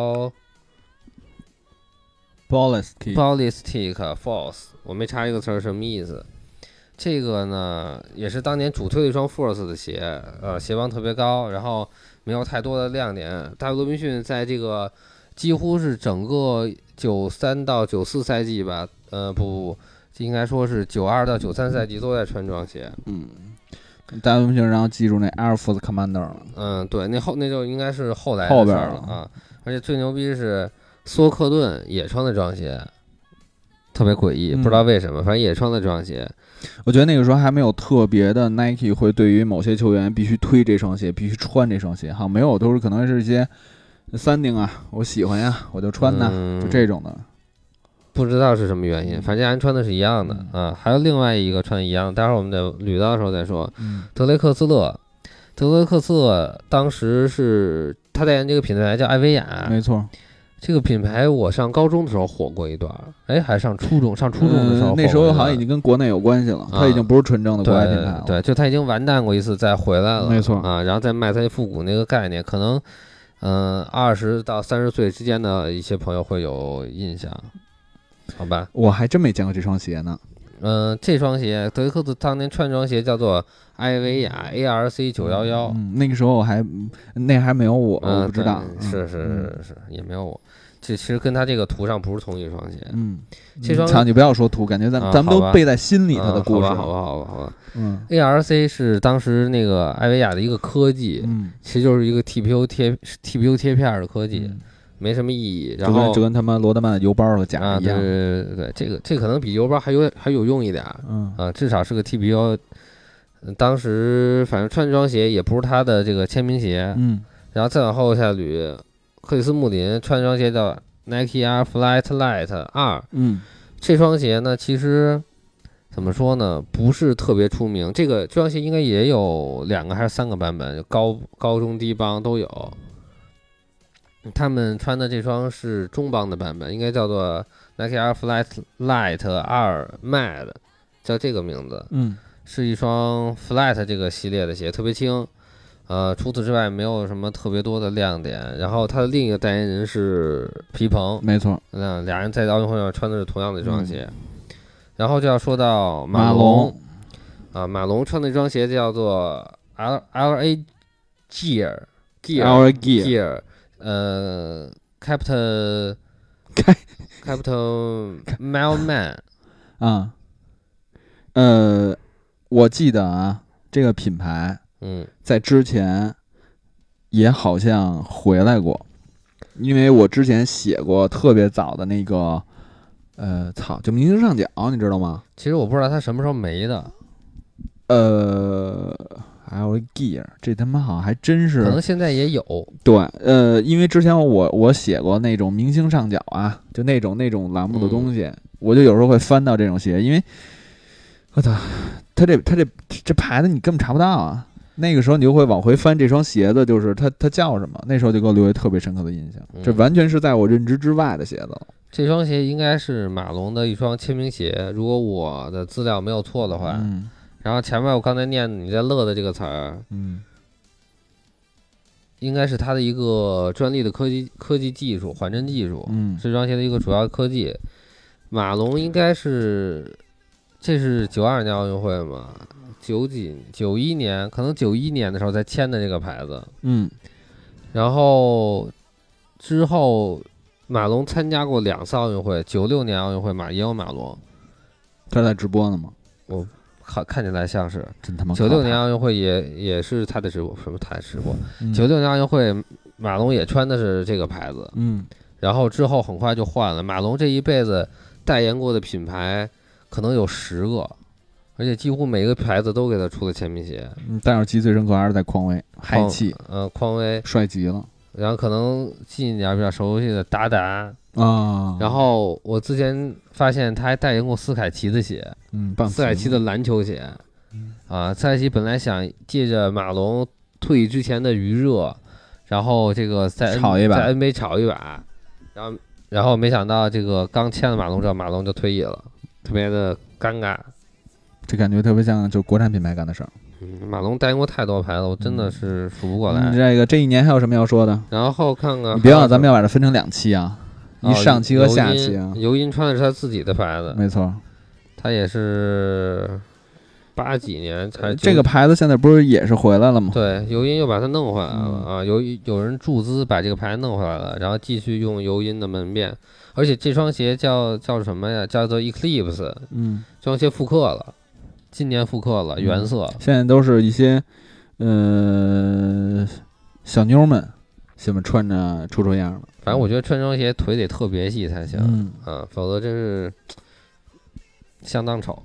Ballistic Force， 我没查这个词儿什么意思。这个呢也是当年主推的一双 Force 的鞋，鞋帮特别高，然后没有太多的亮点。大卫罗宾逊在这个几乎是整个93到94赛季吧，不，应该说是92到93赛季都在穿这双鞋。 大卫罗宾逊然后记住那 Air Force Commander 了。 对，那就应该是后来的事了啊。而且最牛逼是索克顿也穿的这双鞋，特别诡异，不知道为什么，反正也穿的这双鞋。 我觉得那个时候还没有特别的 Nike 会对于某些球员必须推这双鞋，必须穿这双鞋，好像没有，都是可能是一些3丁啊，我喜欢呀，我就穿呐，就这种的。 不知道是什么原因，反正穿的是一样的啊。还有另外一个穿一样的，待会儿我们在捋到的时候再说。德雷克斯勒当时是他代言这个品牌叫艾维亚， 没错。 这个品牌我上高中的时候火过一段，还上初中的时候， 那时候好像已经跟国内有关系了，它已经不是纯正的国外品牌了。 对，就它已经完蛋过一次，再回来了， 没错啊，然后再卖它复古那个概念，可能20到30岁之间的一些朋友会有印象，好吧？ 我还真没见过这双鞋呢。 这双鞋德雷克斯当年穿这双鞋叫做艾维亚 ARC 911， 那个时候我还没有我不知道， 是也没有我。这其实跟他这个图上不是同一双鞋。这双操，你不要说图，感觉咱们都背在心里他的故事。 好吧。ARC 是当时那个艾维亚的一个科技，其实就是一个 TPU 贴片的科技。没什么意义，然后就跟他们罗德曼的邮包和夹一样。 对，这可能比邮包还有用一点，至少是个 TPU。当时反正穿这双鞋也不是他的这个签名鞋，然后再往后下捋，克里斯穆林穿这双鞋叫 Nike Air Flight Light 2，这双鞋呢其实怎么说呢，不是特别出名。这双鞋应该也有2个还是3个版本，高中低帮都有。他们穿的这双是中帮的版本，应该叫做 Nike Air Flight Light 2 Mad， 叫这个名字。是一双 Flight 这个系列的鞋，特别轻。除此之外没有什么特别多的亮点。然后他的另一个代言人是皮蓬， 没错。 俩人在奥运会上穿的是同样的这双鞋。然后就要说到马龙马龙穿的这双鞋叫做 LA Gear Capital Mailman 我记得啊，这个品牌在之前也好像回来过， 因为我之前写过特别早的那个，就明星上角，你知道吗？ 其实我不知道他什么时候没的。 L Gear 这他妈好像还真是， 可能现在也有。 对，因为之前我写过那种明星上角啊，就那种栏目的东西，我就有时候会翻到这种鞋，因为我操，他这牌子你根本查不到啊。那个时候你就会往回翻这双鞋子，就是它叫什么？那时候就给我留下特别深刻的印象，这完全是在我认知之外的鞋子了。 这双鞋应该是马龙的一双签名鞋，如果我的资料没有错的话。然后前面我刚才念你在乐的这个词儿，应该是它的一个专利的科技技术，缓震技术，这双鞋的一个主要科技。马龙应该是，这是92年奥运会嘛？91年，可能91年的时候才签的这个牌子。然后之后马龙参加过2次奥运会，96年奥运会也有马龙。 他在直播呢吗？ 我看起来像是。 真他妈 96年奥运会也是他的直播，什么他的直播？96年奥运会马龙也穿的是这个牌子。然后之后很快就换了。马龙这一辈子代言过的品牌可能有10个。而且几乎每个牌子都给他出了签名鞋。 但是记忆最深刻还是在匡威，嗨气， 匡威帅极了。 然后可能近一点比较熟悉的达达啊。 然后我之前发现他还代言过斯凯奇的鞋，斯凯奇的篮球鞋。斯凯奇本来想借着马龙退役之前的余热，然后这个在 NBA 炒一把，然后没想到这个刚签了马龙之后，马龙就退役了，特别的尴尬。 这感觉特别像就国产品牌干的事儿。 马龙代言过太多牌子，我真的是数不过来。 这一年还有什么要说的？ 然后看看， 你别忘了咱们要把它分成2期啊，一上期和下期啊。 尤因穿的是他自己的牌子， 没错， 他也是80几年才。 这个牌子现在不是也是回来了吗？ 对，尤因又把它弄回来了啊，有人注资把这个牌弄回来了，然后继续用尤因的门面。而且这双鞋叫什么呀？叫做 Eclipse。这双鞋复刻了。今年复刻了原色， 现在都是一些小妞们喜欢穿着出样的。 反正我觉得穿这双鞋腿得特别细才行，否则真是相当丑。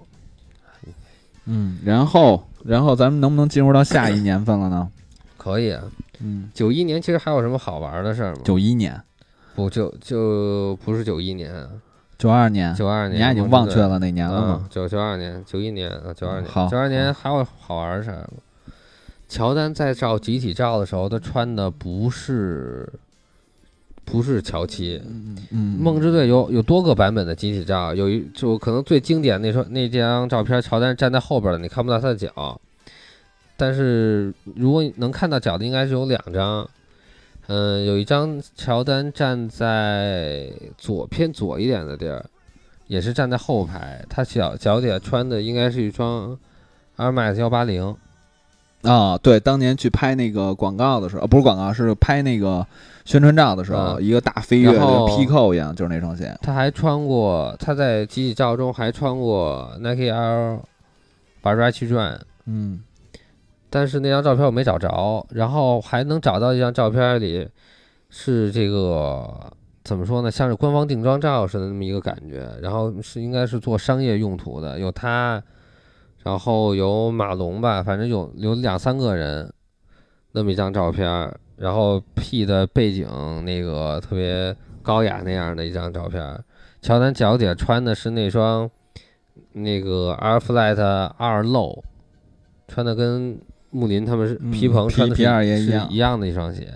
然后咱们能不能进入到下一年份了呢？ 可以啊。91年其实还有什么好玩的事儿吗 ？91年， 不就不是91年。 92年，你已经忘却了那年了吗 ？92年，91年啊，92年。 好 ，92年还有好玩的事儿吗？乔丹在照集体照的时候，他穿的不是乔七。梦之队有多个版本的集体照，就可能最经典那张照片，乔丹站在后边的，你看不到他的脚。但是如果能看到脚的，应该是有2张。有一张乔丹站在偏左一点的地儿，也是站在后排，他脚底下穿的应该是一双 Air Max 180。 对，当年去拍那个广告的时候，不是广告，是拍那个宣传照的时候，一个大飞跃的劈扣一样，就是那双鞋。 他还穿过，他在集体照中还穿过 Nike Air Barrage Run。但是那张照片我没找着，然后还能找到一张照片里是这个怎么说呢，像是官方定妆照似的那么一个感觉，然后应该是做商业用途的，有他，然后有马龙吧，反正有2-3个人那么一张照片，然后 P 的背景那个特别高雅那样的一张照片。乔丹脚底穿的是那双那个 Air Flight 2 Low， 穿的跟穆林他们是皮蓬穿的是一样的一双鞋。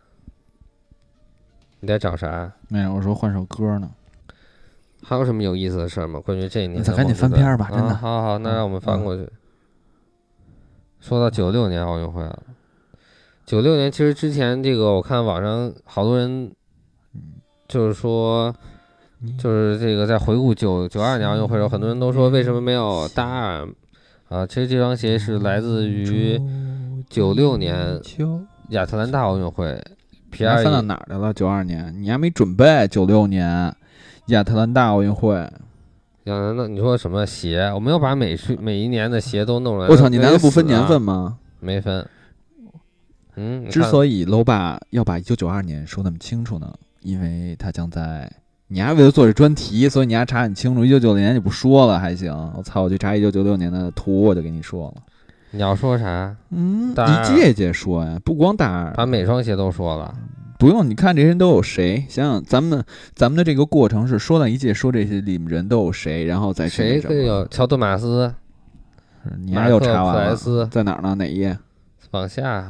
你在找啥？ 没有，我说换首歌呢。 还有什么有意思的事儿吗？关于这一年？ 你赶紧翻篇吧，真的。 好，那让我们翻过去。说到96年奥运会了，96年其实之前这个我看网上好多人就是说，就是这个在回顾92年奥运会的时候，很多人都说为什么没有大二。其实这双鞋是来自于96年亚特兰大奥运会。 你还翻到哪儿去了？92年，你还没准备96年亚特兰大奥运会。 亚特兰大，你说什么鞋？我没有把每一年的鞋都弄来。 我操，你难道不分年份吗？ 没分。 之所以楼爸要把1992年说那么清楚呢， 因为他将在你还为了做这专题，所以你还查很清楚。1990年你不说了还行，我操，我去查1996年的图，我就给你说了。 你要说啥？一届一届说呀，不光大二， 把每双鞋都说了。 不用，你看这些人都有谁？想想咱们的这个过程是说到一届说这些里面人都有谁，然后再去谁可以有乔多马斯， 你还有查完了？ 斯在哪儿呢？哪一页？ 往下。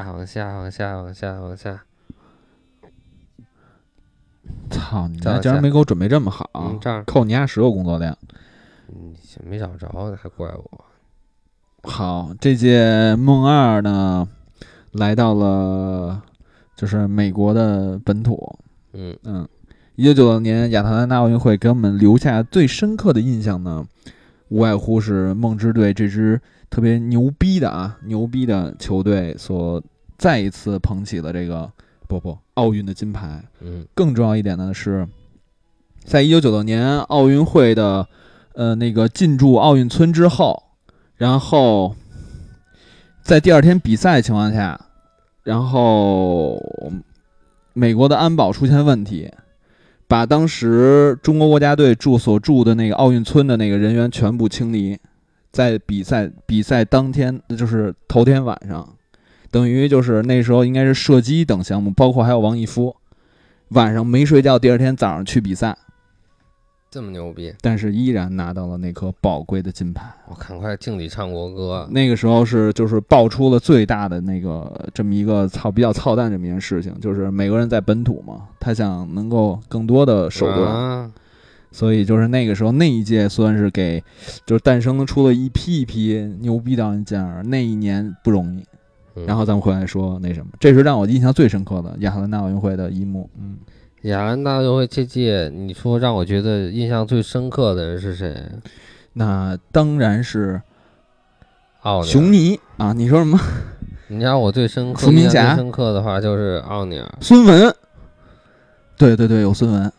操，你家竟然没给我准备这么好，扣你家10个工作量。 没找着，还怪我。 好，这届梦二呢，来到了就是美国的本土。1996年亚特兰大奥运会给我们留下最深刻的印象呢，无外乎是梦之队这支特别牛逼的球队所再一次捧起了这个奥运的金牌。更重要一点呢是，在1996年奥运会的那个进驻奥运村之后，然后在第二天比赛的情况下，然后美国的安保出现问题，把当时中国国家队所住的那个奥运村的那个人员全部清离，在比赛当天，就是头天晚上，等于就是那时候应该是射击等项目，包括还有王义夫，晚上没睡觉，第二天早上去比赛。 这么牛逼， 但是依然拿到了那颗宝贵的金牌。 我赶快敬礼唱国歌。 那个时候就是爆出了最大的那个这么一个比较操蛋这么一件事情，就是美国人在本土嘛，他想能够更多的手段，所以就是那个时候那一届算是就是诞生出了一批牛逼的奥运健儿，那一年不容易。然后咱们回来说那什么，这是让我印象最深刻的亚特兰大奥运会的一幕。 亚特兰大奥运会这届，你说让我觉得印象最深刻的人是谁？ 那当然是熊尼啊！你说什么？ 你让我最深刻、 印象最深刻的话就是奥尼尔、 孙文。对，有孙文。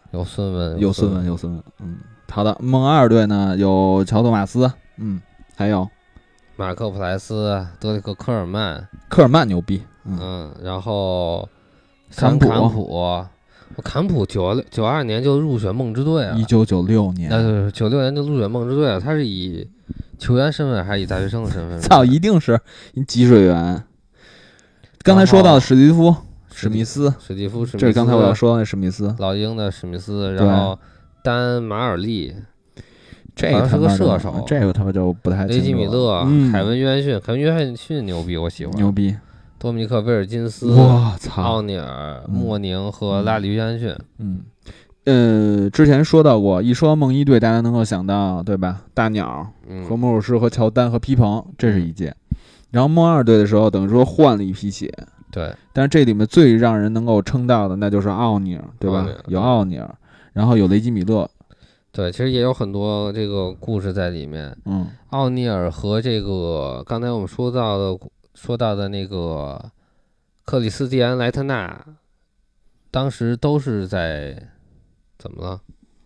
好的，梦二队呢有乔多马斯，还有马克普莱斯、德里克科尔曼牛逼， 然后坎普92年就入选梦之队了 ，1996年 ，96年就入选梦之队了。他是以球员身份还是以大学生的身份？ 操，一定是积水员。刚才说到史蒂夫·史密斯，这是刚才我要说到那史密斯， 老鹰的史密斯，然后丹·马尔利。 这个是个射手， 这个他们就不太清楚。 雷吉米勒、凯文·约翰逊牛逼，我喜欢。 牛逼。 多米尼克·威尔金斯、奥尼尔、莫宁和拉里·约翰逊。 之前说到过，一说到梦一队，大家能够想到，对吧？大鸟和姆鲁什和乔丹和皮蓬，这是一届。然后梦二队的时候，等于说换了一批血。 对。 但是这里面最让人能够称道的，那就是奥尼尔，对吧？有奥尼尔，然后有雷吉米勒。 对，其实也有很多这个故事在里面。奥尼尔和这个刚才我们说到的那个克里斯蒂安·莱特纳，当时都是在怎么了？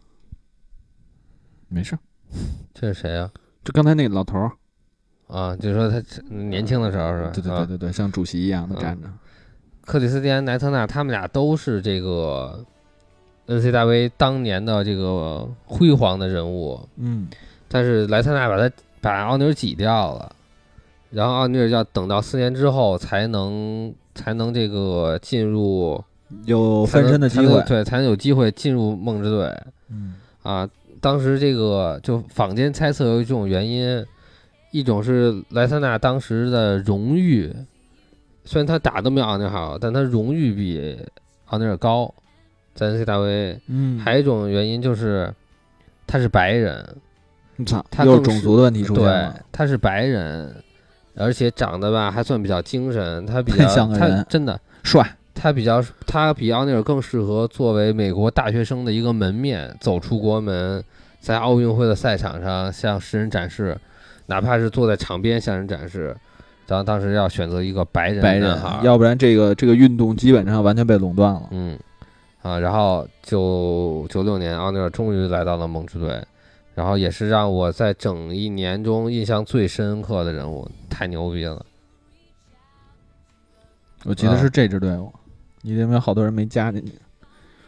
没事。 这是谁啊？ 就刚才那个老头啊，就是说他年轻的时候是吧？ 对，像主席一样的站着。 克里斯蒂安·莱特纳他们俩都是这个 NCAA 当年的这个辉煌的人物。但是莱特纳把奥尼尔挤掉了。然后奥尼尔要等到4年之后才能这个进入有翻身的机会， 对，才能有机会进入梦之队。当时这个就坊间猜测有一种原因，一种是莱特纳当时的荣誉，虽然他打都没有奥尼尔好，但他荣誉比奥尼尔高，在 NCAA。还有一种原因就是他是白人，他又是种族的问题出现了。 对，他是白人。而且长得吧还算比较精神，他真的帅， 他比奥尼尔更适合作为美国大学生的一个门面，走出国门，在奥运会的赛场上向世人展示，哪怕是坐在场边向人展示。然后当时要选择一个白人男孩， 要不然这个运动基本上完全被垄断了。 然后96年奥尼尔终于来到了梦之队。然后也是让我在整一年中印象最深刻的人物，太牛逼了。 我记得是这支队伍，你有没有好多人没加进去？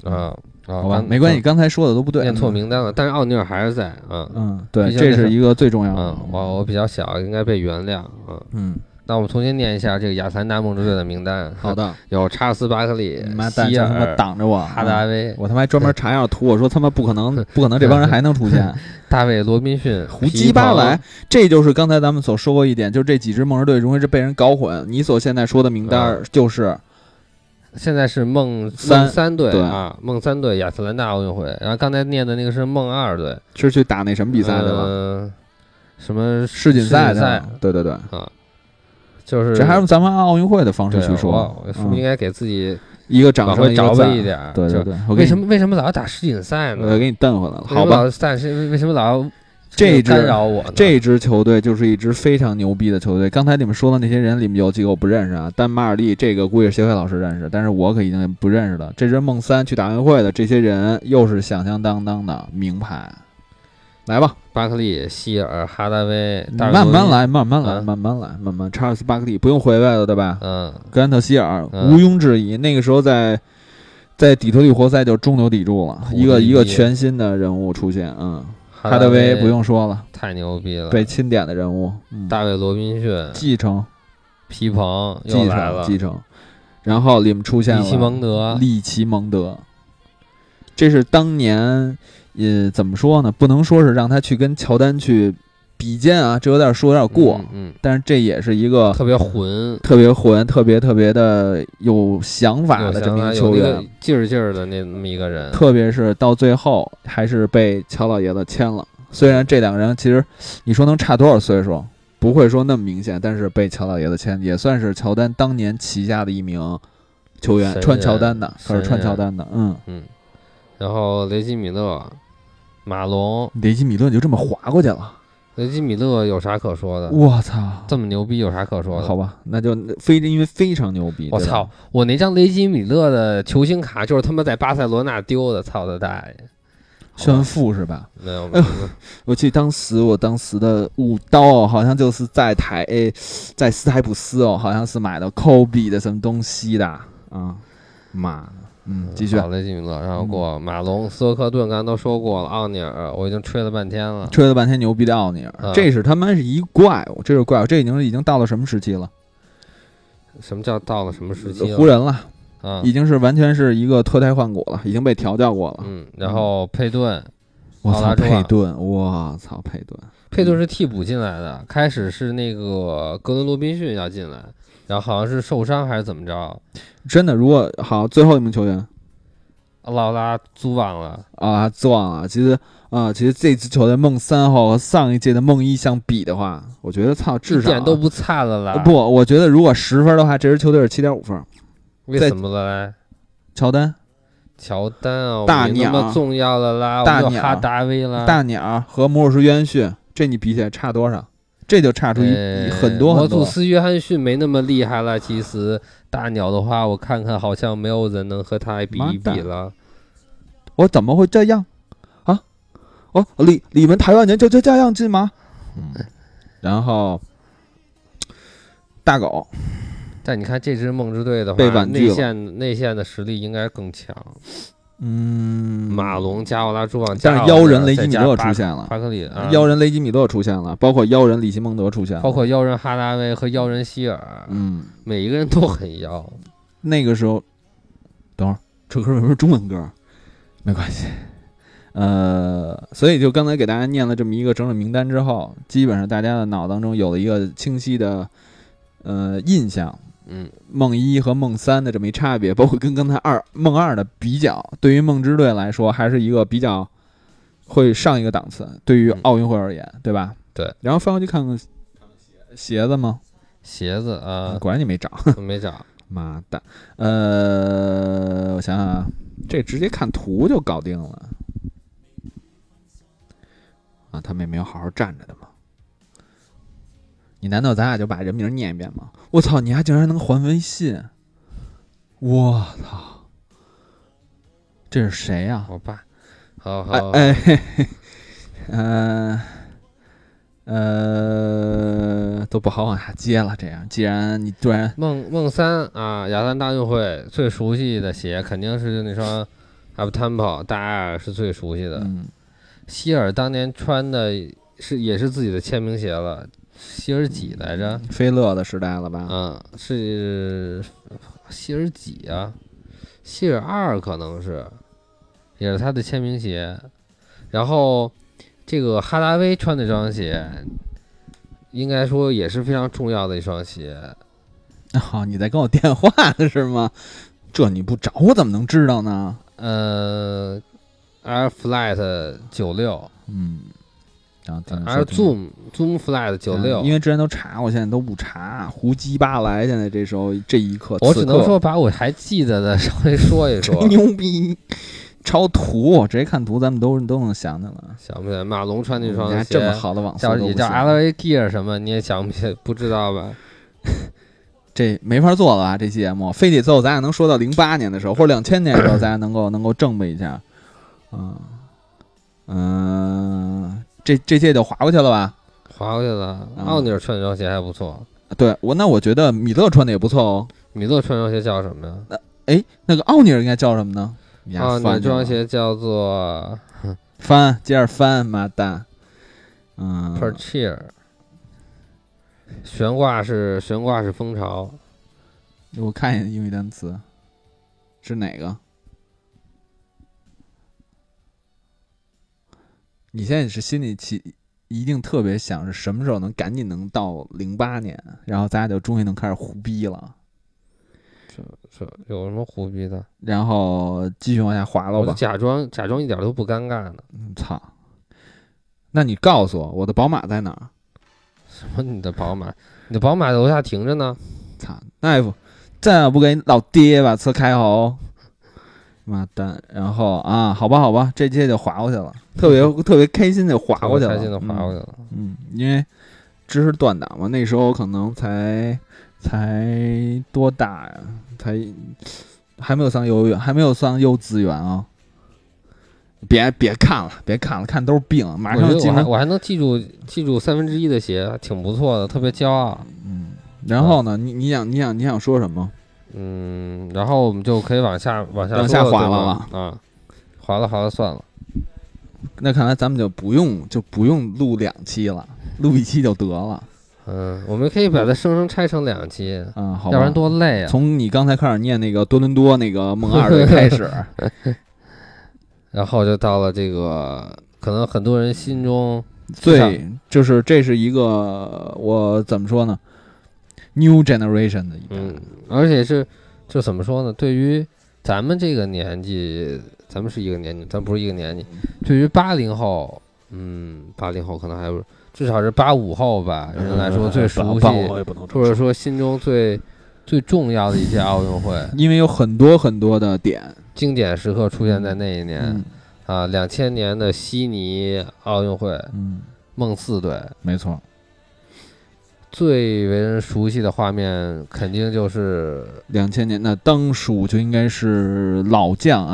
好吧，没关系，刚才说的都不对， 念错名单了，但是奥尼尔还是在， 对，这是一个最重要的。 我比较小，应该被原谅，那我们重新念一下这个亚特兰大梦之队的名单。 好的， 有查尔斯·巴克利、 希尔，他妈挡着我， 哈达威， 我他妈还专门查一下图，我说他妈不可能，这帮人还能出现。 大卫·罗宾逊、 胡鸡巴来，这就是刚才咱们所说过一点，就是这几支梦之队容易是被人搞混。你所现在说的名单就是。 现在是梦三队梦三队亚特兰大奥运会，然后刚才念的那个是梦2队， 是去打那什么比赛的了？ 什么世锦赛？对就是这还是咱们按奥运会的方式去说， 我是不是应该给自己一个掌声， 着背一点？ 对， 为什么老要打世锦赛呢？ 我给你瞪回来了，好吧？ 为什么老要？ 这支球队就是一支非常牛逼的球队。刚才你们说的那些人里面有几个我不认识啊，但马尔利这个估计是协会老师认识，但是我可已经不认识了。这支梦3去打奥运会的这些人又是响响当当的名牌。来吧， 巴克利、希尔、哈达威， 慢慢来，查尔斯·巴克利不用回味了，对吧？格兰特·希尔毋庸置疑，那个时候在底特律活塞就中流砥柱了，一个全新的人物出现，哈德威不用说了， 太牛逼了， 被钦点的人物。 大卫·罗宾逊继承， 皮蓬又来了， 继承。然后里面出现了利奇蒙德，这是当年怎么说呢？不能说是让他去跟乔丹去比肩啊，这有点过。但是这也是一个特别混、 特别的有想法的这么一个球员， 劲儿的那么一个人。 特别是到最后还是被乔老爷子签了。虽然这两个人其实你说能差多少岁数，不会说那么明显，但是被乔老爷子签，也算是乔丹当年旗下的一名球员，穿乔丹的，他是穿乔丹的。 然后雷吉米勒、马龙， 雷吉米勒就这么划过去了。 雷吉米勒有啥可说的？ 我操， 这么牛逼有啥可说的？ 好吧，那就因为非常牛逼。 我操，我那张雷吉米勒的球星卡就是他妈在巴塞罗那丢的，操他大爷！ 炫富是吧？ 没有， 我记得当时的武刀好像就是在斯台普斯好像是买的科比的什么东西的啊，妈的。继续。 雷吉米勒，然后过马龙、斯托克顿，刚才都说过了。奥尼尔，我已经吹了半天了， 牛逼的奥尼尔，这是他妈是一怪物，这是怪物，这已经到了什么时期了？ 什么叫到了什么时期了？ 湖人了，已经是完全是一个脱胎换骨了，已经被调教过了。 然后佩顿， 我操，佩顿是替补进来的，开始是那个格伦·罗宾逊要进来。然后好像是受伤还是怎么着？ 真的，如果好，最后一名球员， 劳拉租忘了。 其实这支球队梦3号和上一届的梦1相比的话，我觉得至少一点都不差了啦。 不，我觉得如果10分的话，这支球队是7.5分。 为什么了嘞？ 乔丹啊， 大鸟那么重要了啦， 大鸟哈达威啦， 大鸟和摩尔斯约翰逊，这你比起来差多少？这就差出很多。 摩祖斯约翰逊没那么厉害了，其实大鸟的话，我看看好像没有人能和他比一比了。 我怎么会这样啊？你们台湾人就这样子吗？然后大狗， 但你看这支梦之队的话， 被婉拒了，内线的实力应该更强。马龙、加奥拉朱旺， 但是妖人雷吉米勒出现了， 巴克利， 妖人雷吉米勒出现了，包括妖人里奇蒙德出现了， 包括妖人哈达威和妖人希尔，每一个人都很妖。 那个时候，等会儿这歌为什么是中文歌？没关系，所以就刚才给大家念了这么一个整整名单之后，基本上大家的脑当中有了一个清晰的印象。梦1和梦3的这么一差别，包括跟刚才梦2的比较，对于梦之队来说还是一个比较会上一个档次，对于奥运会而言，对吧？ 对。 然后翻过去看看鞋子吗？ 鞋子啊， 果然你没找， 没找。 妈的，我想想啊，这直接看图就搞定了啊，他们也没有好好站着的嘛。你难道咱俩就把人名念一遍吗？我操，你还竟然能还微信！我操，这是谁呀？ 我爸。好， 都不好往下接了。这样，既然你突然梦3啊，亚特兰大运会最熟悉的鞋肯定是那双 Up Tempo 大家是最熟悉的。希尔当年穿的也是自己的签名鞋了，希尔几来着？ 菲勒的时代了吧？ 是希尔几啊？希尔2可能是，也是他的签名鞋。然后这个哈达威穿的这双鞋，应该说也是非常重要的一双鞋。 你在跟我电话呢是吗？这你不找我怎么能知道呢 ？Air Flight 96， 然后 Air Zoom Flight 96， 因为之前都查，我现在都不查，胡鸡巴来。现在这时候这一刻， 我只能说把我还记得的稍微说一说。 牛逼！抄图，直接看图，咱们都能想起来。 想不起来，马龙穿那双鞋， 这么好的网速也叫 LA Gear 什么，你也想不起来，不知道吧？ 这没法做了啊！这期节目非得最后咱俩能说到08年的时候，或者2000年的时候，咱俩能够正备一下。这届就划过去了吧？ 划过去了。奥尼尔穿那双鞋还不错。 对我觉得米勒穿的也不错哦。 米勒穿那双鞋叫什么呀？ 那个奥尼尔应该叫什么呢？ 奥尼尔这双鞋叫做翻，接着翻，妈蛋。 Perchier。悬挂是蜂巢。 我看一眼英语单词，是哪个？你现在是心里一定特别想是什么时候赶紧能到08年，然后咱俩就终于能开始胡逼了。 这有什么胡逼的？ 然后继续往下滑了吧。 我假装一点都不尴尬呢。 操！那你告诉我的宝马在哪儿？ 什么？你的宝马？你的宝马楼下停着呢。 操！那不再不给老爹把车开好。妈蛋！然后好吧，这届就划过去了，特别开心就划过去了， 开心的划过去了。 因为知识断档嘛，那时候可能才多大呀？还没有上幼儿园，还没有上幼稚园啊！别看了，看都是病。马上我还能记住1/3的鞋，挺不错的，特别骄傲。 然后呢？你想说什么？ 然后我们就可以往下滑了划了算了。 那看来咱们就不用录2期了，录1期就得了。 我们可以把它生拆成2期， 好吧， 要不然多累啊。 从你刚才开始念那个多伦多那个梦2队开始， 然后就到了这个可能很多人心中就是这是一个我怎么说呢 ，New Generation 的一代， 而且是就怎么说呢？对于咱们这个年纪，咱们是一个年纪，咱不是一个年纪。对于80后，80后可能还不是。至少是85后吧，人来说最熟悉，或者说心中最重要的一届奥运会， 因为有很多很多的经典时刻出现在那一年，2000年的悉尼奥运会，梦4队， 没错。 最为人熟悉的画面肯定就是 2000年，那当属就应该是老将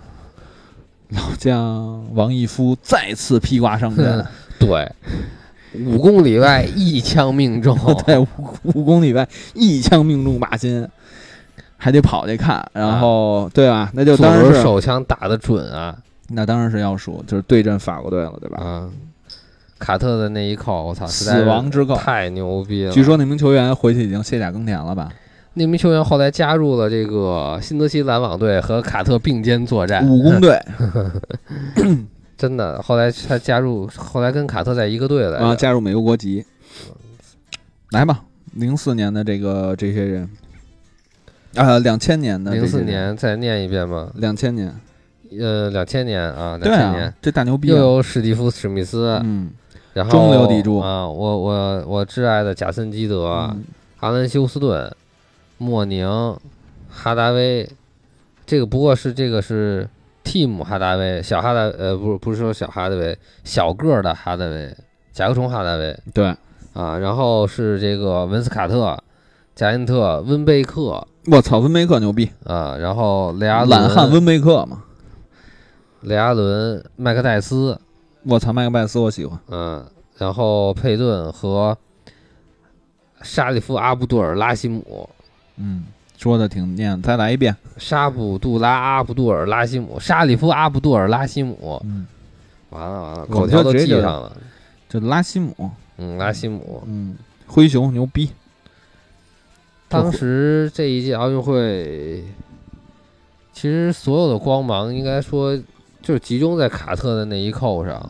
王义夫再次披挂上阵， 对。5公里外一枪命中， 对，5公里外一枪命中靶心，还得跑去看，然后对吧？那就当然是手枪打得准啊， 那当然是要数，就是对阵法国队了，对吧？ 卡特的那一扣，我操， 死亡之扣太牛逼了！ 据说那名球员回去已经卸甲更田了吧？ 那名球员后来加入了这个新泽西篮网队，和卡特并肩作战， 武工队。 真的，后来他后来跟卡特在一个队来加入美国国籍。来吧，04年的这些人，2000年的 04年再念一遍吗 ？2000年 ，2000年啊 ，2000 年， 这大牛逼， 又有史蒂夫·史密斯，然后中流砥柱我挚爱的贾森·基德，阿兰·休斯顿，莫宁，哈达威，这个是。蒂姆哈达威，小哈达不是说小哈达威，小个的哈达威，甲壳虫哈达威， 对然后是这个文斯卡特、贾因特、温贝克， 我操，温贝克牛逼然后雷阿伦， 懒汉温贝克嘛， 雷阿伦、麦克戴斯， 我操，麦克戴斯我喜欢， 然后佩顿和沙利夫阿布杜尔拉希姆， 说的挺念，再来一遍。 沙卜杜拉·阿卜杜尔拉希姆，沙里夫·阿卜杜尔拉希姆。完了，口条都记上了。 这拉希姆， 拉希姆， 灰熊牛逼。 当时这一届奥运会，其实所有的光芒应该说就是集中在卡特的那一扣上。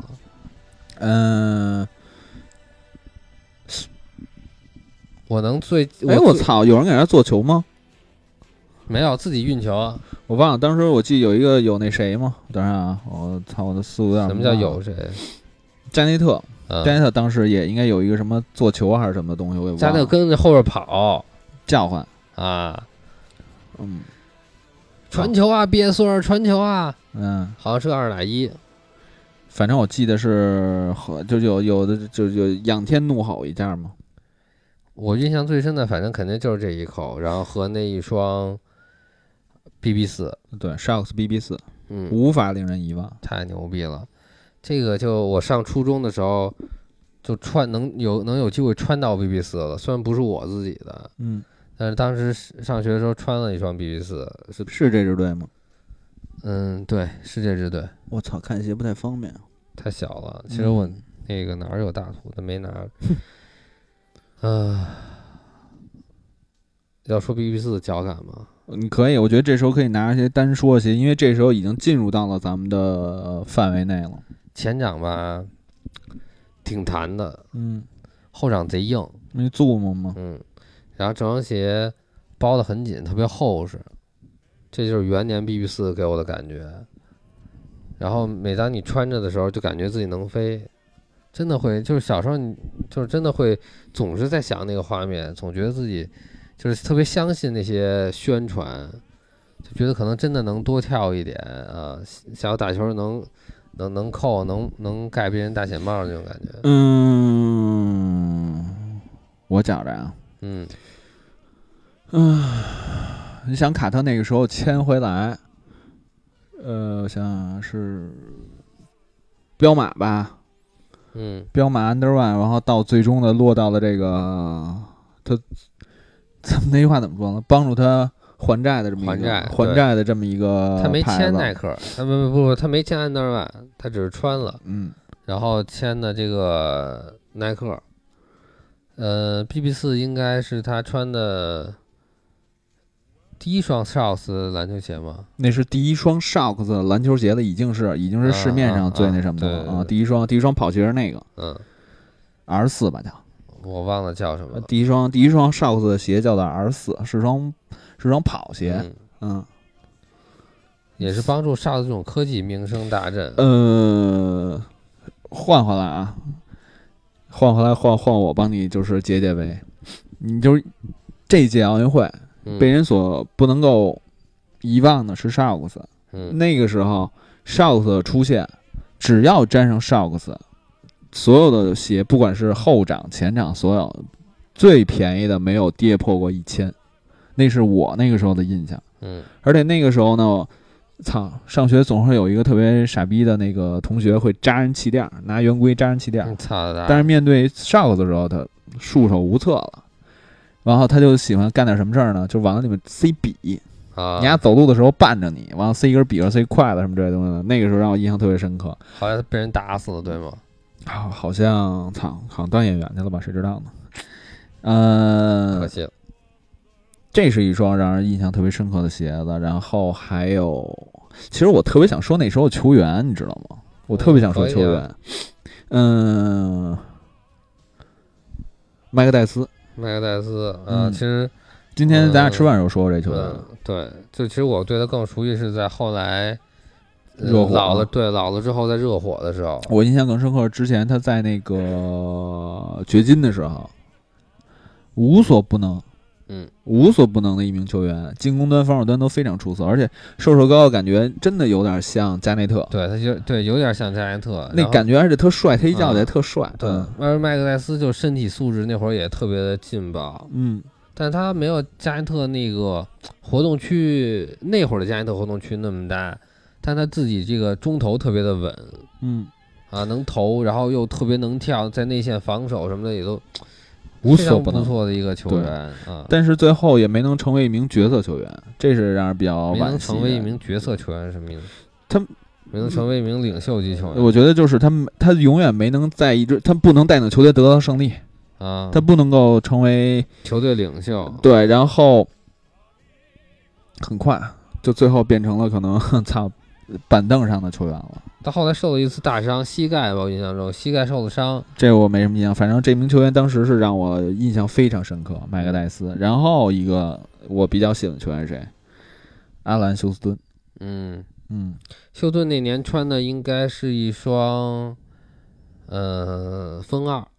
我能我操！有人给他做球吗？ 没有，自己运球啊。 我忘了，当时我记得有那谁吗？等一下啊，我操，我的思路有点。 什么叫有谁？ 加内特，加内特当时也应该有一个什么做球还是什么东西，我也忘了。 加内特跟着后边跑， 叫唤啊，传球啊，比耶索尔传球啊，好像是个2打1。 反正我记得是就有的就仰天怒吼一下嘛。 我印象最深的，反正肯定就是这一口，然后和那一双 BB4， 对 ，Sharks BB4，无法令人遗忘， 太牛逼了。这个就我上初中的时候就能有机会穿到 BB4 了，虽然不是我自己的，但是当时上学的时候穿了一双 BB4， 是这支队吗？ 对，是这支队。 我操，看鞋不太方便， 太小了。其实我那个哪儿有大图的没拿。要说 BB4 脚感吗？ 你可以，我觉得这时候可以拿一些单说些，因为这时候已经进入到了咱们的范围内了。 前掌吧，挺弹的，后掌贼硬， 没做过吗？ 然后这双鞋包得很紧，特别厚实，这就是元年 BB4 给我的感觉。然后每当你穿着的时候，就感觉自己能飞。真的会，就是小时候你就是真的会总是在想那个画面，总觉得自己就是特别相信那些宣传，就觉得可能真的能多跳一点啊，小打球能扣，能盖别人大显帽那种感觉。 我觉着啊，你想卡特那个时候签回来，我想想是彪马吧。彪马 Under One， 然后到最终的落到了这个他那句话怎么说呢？帮助他还债的这么一个还债的这么一个。 他没签耐克，他没签 Under One， 他只是穿了，然后签的这个耐克。BB4 应该是他穿的第一双 Sharks 篮球鞋吗？ 那是第一双 Sharks 篮球鞋的，已经是市面上最那什么的了。第一双跑鞋是那个，R4 吧叫， 我忘了叫什么了。 第一双 Sharks 的鞋叫做 R4， 是双跑鞋， 也是帮助 Sharks 这种科技名声大振。 换回来啊，换我帮你就是解围，你就是这届奥运会。被人所不能够遗忘的是 Sharks，那个时候 Sharks 的出现，只要沾上 Sharks，所有的鞋不管是后掌前掌，所有最便宜的没有跌破过1000，那是我那个时候的印象。而且那个时候呢，上学总会有一个特别傻逼的那个同学会扎人气垫，拿圆规扎人气垫，但是面对 Sharks 的时候，他束手无策了。然后他就喜欢干点什么事儿呢？就往里面塞笔你丫走路的时候绊着你，完了塞一根笔或塞筷子什么这些东西的。那个时候让我印象特别深刻。 后来他被人打死了，对吗？ 好像当演员去了吧？谁知道呢？ 可惜了。 这是一双让人印象特别深刻的鞋子。然后还有，其实我特别想说那时候球员，你知道吗？我特别想说球员。麦克戴斯。 其实今天咱俩吃饭的时候说过这球员。 对，就其实我对他更熟悉是在后来老了之后在热火的时候， 我印象更深刻。之前他在那个掘金的时候，无所不能的一名球员，进攻端、防守端都非常出色，而且瘦高，感觉真的有点像加内特。 对，他有点像加内特， 那感觉而且特帅，他一叫起来特帅。 对，而麦克戴斯就身体素质那会儿也特别的劲爆，但他没有加内特那个活动区那会儿的加内特活动区那么大，但他自己这个中投特别的稳，能投，然后又特别能跳，在内线防守什么的也都。 无所不能， 不错的一个球员啊。 但是最后也没能成为一名角色球员，这是让人比较惋惜。 没能成为一名角色球员是什么意思？ 他没能成为一名领袖级球员。 我觉得就是他永远没能在一支，他不能带领球队得到胜利啊， 他不能够成为球队领袖。 对，然后很快就最后变成了可能板凳上的球员了。 他后来受了一次大伤，膝盖吧，我印象中膝盖受了伤。 这我没什么印象，反正这名球员当时是让我印象非常深刻，麦克戴斯。然后一个我比较喜欢的球员是谁？阿兰休斯顿。 休斯顿那年穿的应该是一双风2，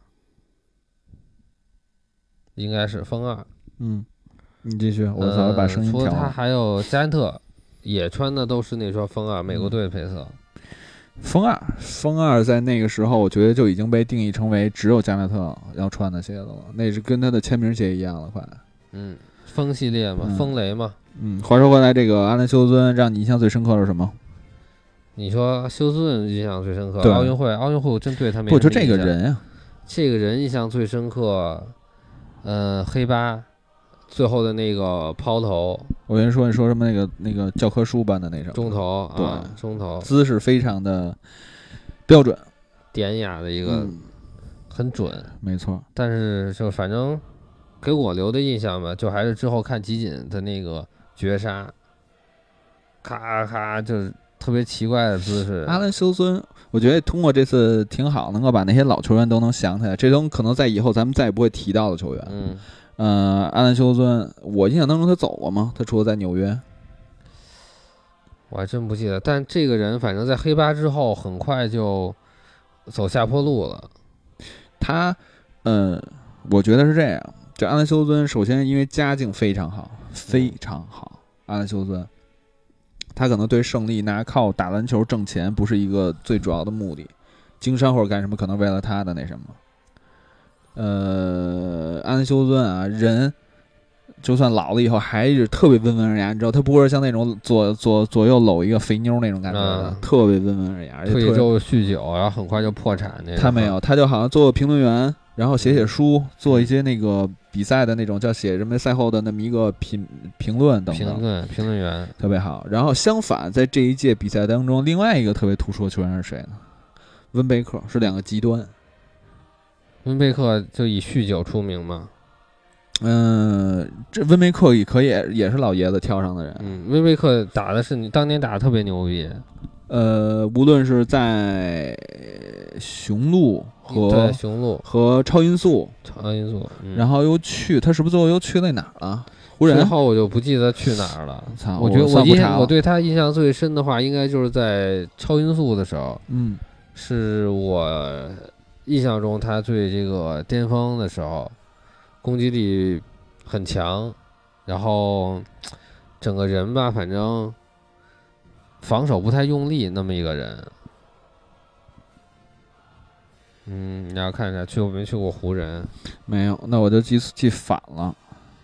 应该是风2。 你继续，我稍微把声音调了。 除了他还有加兰特也穿的都是那双风2，美国队的配色。 风2在那个时候我觉得就已经被定义成为只有加内特要穿的鞋子了，那是跟他的签名鞋一样了快。 风系列嘛，风雷嘛。 话说回来，这个阿兰休斯顿让你印象最深刻是什么？ 你说休斯顿印象最深刻？奥运会我真对他没什么印象。 不，就这个人啊， 这个人印象最深刻。黑八最后的那个抛投， 我跟你说什么那个教科书般的那种中投， 对， 中投姿势非常的标准典雅的一个，很准， 没错。 但是就反正给我留的印象吧，就还是之后看集锦的那个绝杀，咔咔就是特别奇怪的姿势。 阿兰休斯顿，我觉得通过这次挺好，能够把那些老球员都能想起来，这种可能在以后咱们再也不会提到的球员。阿兰休斯顿，我印象当中他走过吗？他除了在纽约， 我还真不记得。但这个人反正在黑八之后，很快就走下坡路了。 他，我觉得是这样。这阿兰休斯顿首先因为家境非常好，非常好。阿兰休斯顿，他可能对胜利靠打篮球挣钱不是一个最主要的目的，经商或者干什么可能为了他的那什么。阿兰休斯顿啊，人就算老了以后还是特别温文尔雅，你知道，他不是像那种左右搂一个肥妞那种感觉的，特别温文尔雅。 退休酗酒，然后很快就破产那种。 他没有，他就好像做评论员，然后写书，做一些那个比赛的那种，叫写什么赛后的那么一个评论等等。 评论员特别好。然后相反，在这一届比赛当中，另外一个特别突出的球员是谁呢？温贝克，是两个极端。 温贝克就以酗酒出名嘛。 这温贝克也是老爷子挑上的人。 温贝克当年打的特别牛逼。 无论是在雄鹿和超音速，然后他是不是最后又去那哪儿了？湖人。 最后我就不记得去哪儿了。我觉得我对他印象最深的话，应该就是在超音速的时候。是我印象中他最这个巅峰的时候，攻击力很强，然后整个人吧，反正防守不太用力那么一个人。你要看一下去过没去过湖人？ 没有，那我就记反了。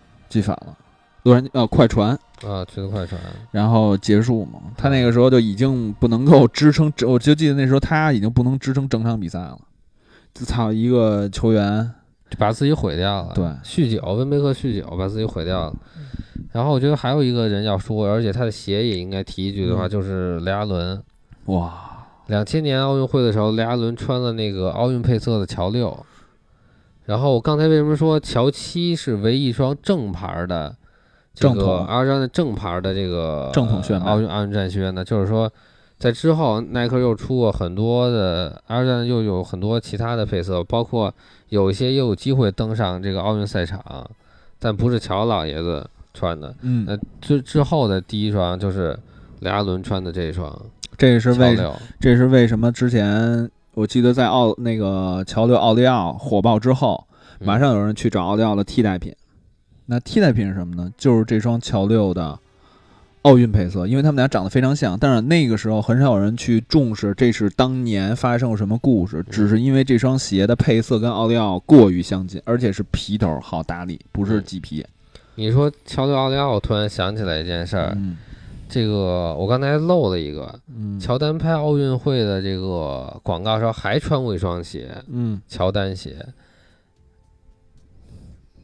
快船啊，去的快船， 然后结束嘛。他那个时候就已经不能够支撑，我就记得那时候他已经不能支撑整场比赛了。一个球员就把自己毁掉了。 对， 酗酒，温贝克酗酒把自己毁掉了。然后我觉得还有一个人要说，而且他的鞋也应该提一句的话，就是雷阿伦。 哇 ！2000年奥运会的时候，雷阿伦穿了那个奥运配色的乔6。然后我刚才为什么说乔7是唯一一双正牌的？ 正统阿尔詹的正牌的这个正统靴奥运战靴呢，就是说，在之后耐克又出过很多的，阿尔詹又有很多其他的配色，包括有一些也有机会登上这个奥运赛场，但不是乔老爷子穿的。那之后的第一双就是雷阿伦穿的这一双。 这是为什么之前我记得在那个乔6奥利奥火爆之后，马上有人去找奥利奥的替代品。那替代品是什么呢？就是这双乔6的奥运配色，因为他们俩长得非常像，但是那个时候很少有人去重视这是当年发生了什么故事，只是因为这双鞋的配色跟奥利奥过于相近，而且是皮头好打理，不是麂皮。 你说乔6奥利奥，我突然想起来一件事儿，这个我刚才漏了一个，乔丹拍奥运会的这个广告时候还穿过一双鞋，乔丹鞋。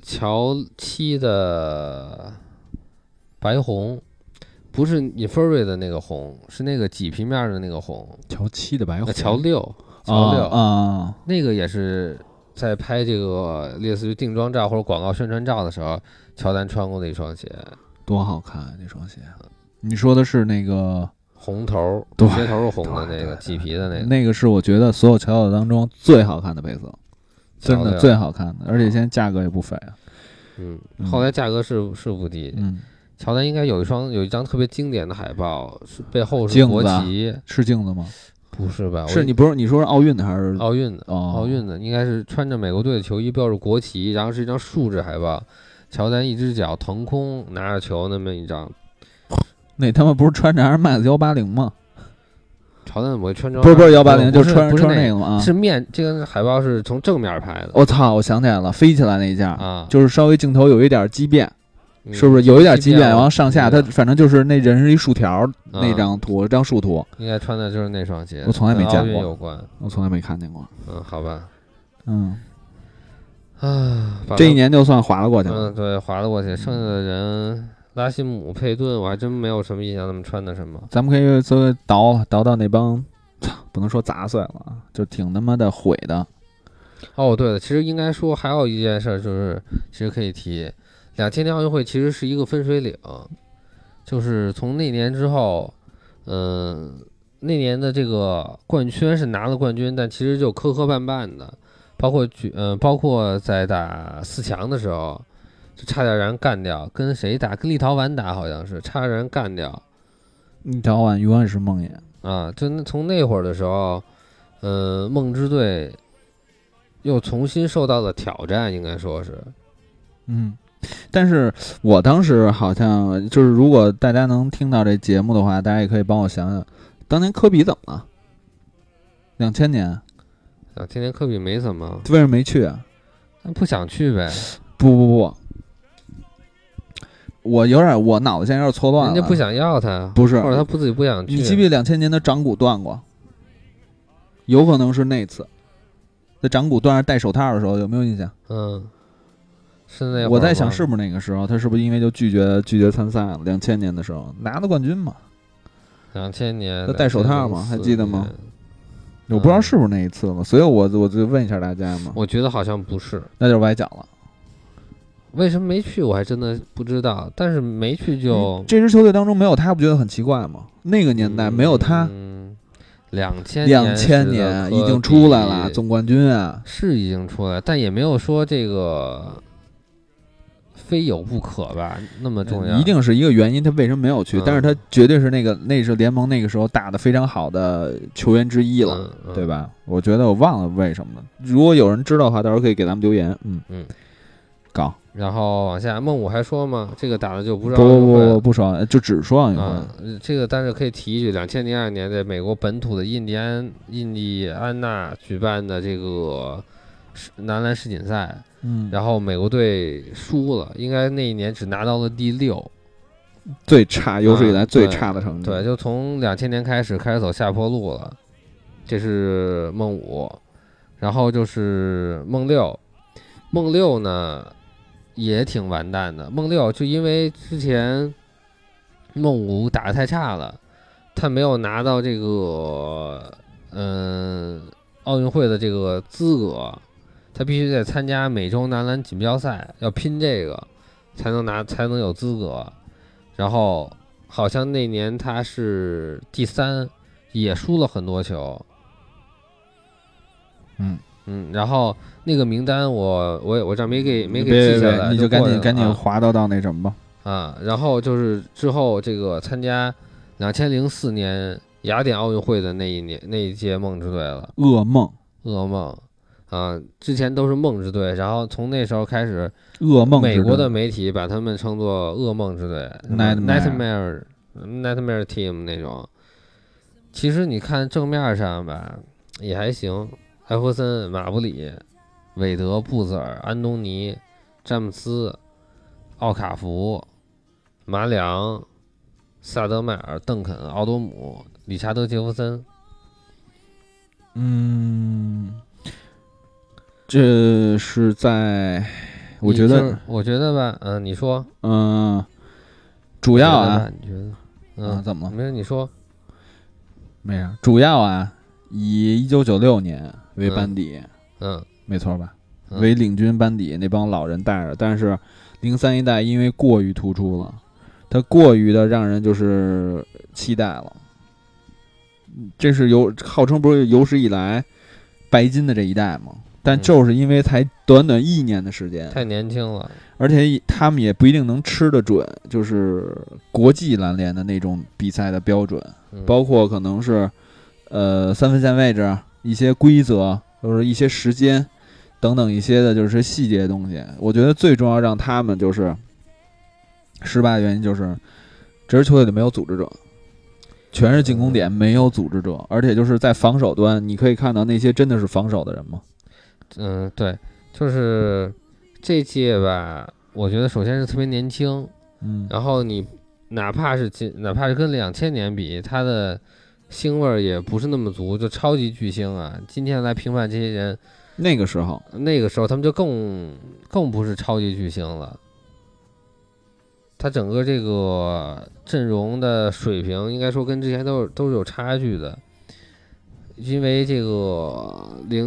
乔7的白红，不是 Infrared 的那个红，是那个麂皮面的那个红。 乔7的白红， 乔6 啊， 那个也是在拍这个类似于定妆照或者广告宣传照的时候，乔丹穿过的一双鞋， 多好看啊！那双鞋，你说的是那个红头，鞋头是红的那个麂皮的那个， 那个是我觉得所有乔丹当中最好看的配色，真的最好看的，而且现在价格也不菲啊。 后来价格是不低。乔丹应该有一张特别经典的海报，是背后是国旗， 是镜子吗？ 不是吧？ 是你不是你说是奥运的还是奥运的？奥运的应该是穿着美国队的球衣，标着国旗，然后是一张树脂海报，乔丹一只脚腾空拿着球那么一张。 那他妈不是穿着还是麦子180吗？ 乔丹怎么会穿着？ 不是180，就穿那个吗？ 是这个海报是从正面拍的。 我操！我想起来了，飞起来那一下啊， 就是稍微镜头有一点畸变。是不是有一点畸变？然后上下，它反正就是那人是一竖条那张图，一张竖图。 应该穿的就是那双鞋。 我从来没见过， 有关， 我从来没看见过。 好吧。 这一年就算划了过去了。 对，划了过去。剩下的人，拉辛姆、佩顿，我还真没有什么印象他们穿的什么。 咱们可以作为倒到那帮，不能说杂碎了，就挺他妈的毁的。 哦，对了，其实应该说还有一件事，就是其实可以提。2000年奥运会其实是一个分水岭，就是从那年之后，那年的这个冠军是拿了冠军，但其实就磕磕绊绊的，包括在打4强的时候，就差点让人干掉，跟谁打？跟立陶宛打，好像是差点让人干掉。 立陶宛永远是梦魇啊！就从那会儿的时候，梦之队又重新受到了挑战，应该说是， 但是我当时好像就是，如果大家能听到这节目的话，大家也可以帮我想想，当年科比怎么了？2000年科比没怎么， 为什么没去啊？ 不想去呗。 不，我脑子现在有点错乱了。 人家不想要他， 不是， 或者他自己不想去。 你记不记得2000年的掌骨断过？有可能是那次，在掌骨断着戴手套的时候，有没有印象？ 是那会儿。 我在想是不是那个时候，他是不是因为就拒绝参赛了？2000年的时候拿了冠军嘛 ？2000年他戴手套嘛，还记得吗？我不知道是不是那一次了，所以我就问一下大家嘛。 我觉得好像不是， 那就是崴脚了。 为什么没去？我还真的不知道。但是没去就这支球队当中没有他，不觉得很奇怪吗？那个年代没有他。 2000 年已经出来了总冠军啊， 是已经出来，但也没有说这个非有不可吧，那么重要。 一定是一个原因，他为什么没有去？但是他绝对是那是联盟那个时候打得非常好的球员之一了，对吧？我觉得我忘了为什么了。如果有人知道的话，到时候可以给咱们留言。搞。 然后往下，孟武还说吗？这个打的就不是奥运会， 不说，就只说奥运会。 这个但是可以提一句，2002年在美国本土的印第安纳举办的这个男篮世锦赛，然后美国队输了，应该那一年只拿到了第6， 最差，有史以来最差的成绩。 对，就从2000年开始走下坡路了。这是孟武，然后就是孟六呢。也挺完蛋的。孟六就因为之前孟武打得太差了，他没有拿到这个奥运会的这个资格，他必须得参加美洲男篮锦标赛，要拼这个才能有资格。然后好像那年他是第3，也输了很多球。然后那个名单我这没给记下来， 你就赶紧滑到那什么吧。然后就是之后这个参加2004年雅典奥运会的那一届梦之队了。噩梦啊，之前都是梦之队，然后从那时候开始，美国的媒体把他们称作噩梦之队 ，Nightmare Team 那种。其实你看正面上吧，也还行。艾弗森、马布里、韦德、布泽尔、安东尼、詹姆斯、奥卡福、马良、萨德迈尔、邓肯、奥多姆、理查德·杰弗森。 这是在我觉得吧，你说， 主要啊， 你觉得， 怎么了？ 没事，你说， 没事，主要啊，以1996年为班底，没错吧？为领军班底那帮老人带着，但是03一代因为过于突出了，它过于的让人就是期待了。这是号称不是有史以来白金的这一代吗？但就是因为才短短1年的时间， 太年轻了， 而且他们也不一定能吃得准，就是国际篮联的那种比赛的标准，包括可能是3分线位置、一些规则，就是一些时间等等一些的就是细节的东西。我觉得最重要让他们就是失败的原因就是这支球队里没有组织者，全是进攻点，没有组织者，而且就是在防守端你可以看到那些真的是防守的人吗？ 对，就是这届吧，我觉得首先是特别年轻，然后你哪怕是跟2000年比，他的星味也不是那么足，就超级巨星啊，今天来评判这些人，那个时候他们就更不是超级巨星了，他整个这个阵容的水平应该说跟之前都是有差距的。因为这个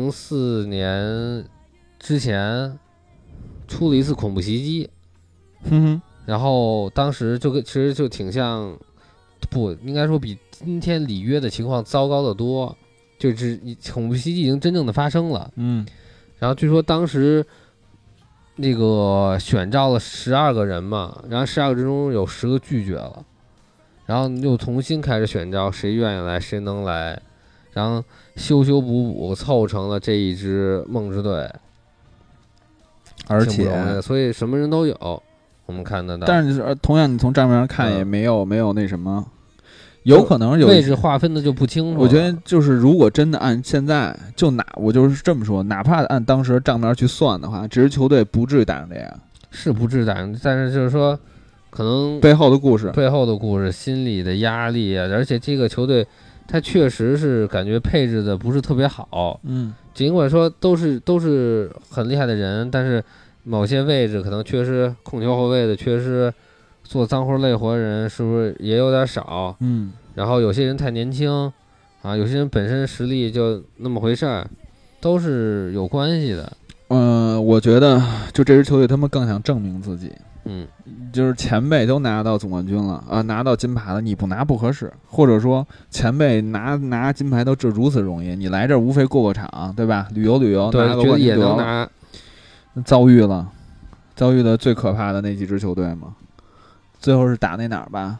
04年之前出了一次恐怖袭击，然后当时其实就挺像，不应该说比今天里约的情况糟糕得多，就是恐怖袭击已经真正的发生了，然后据说当时那个选召了12个人嘛，然后12个之中有10个拒绝了，然后又重新开始选召，谁愿意来谁能来。然后修补凑成了这一支梦之队， 而且所以什么人都有，我们看得到。 但是同样，你从账面上看也没有那什么，有可能有位置划分的就不清楚。 我觉得就是如果真的按现在我就是这么说，哪怕按当时账面去算的话，这支球队不至于打成这样， 是不至于打成，但是就是说，可能背后的故事、 心理的压力啊，而且这个球队。他确实是感觉配置的不是特别好，尽管说都是很厉害的人，但是某些位置可能缺失控球后卫的，缺失做脏活累活的人是不是也有点少？然后有些人太年轻啊，有些人本身实力就那么回事儿，都是有关系的。 我觉得就这支球队他们更想证明自己。就是前辈都拿到总冠军了啊，拿到金牌了，你不拿不合适，或者说前辈拿金牌都如此容易，你来这儿无非过场，对吧？旅游， 对， 拿个冠军也能拿。 遭遇了最可怕的那几支球队嘛，最后是打那哪儿吧？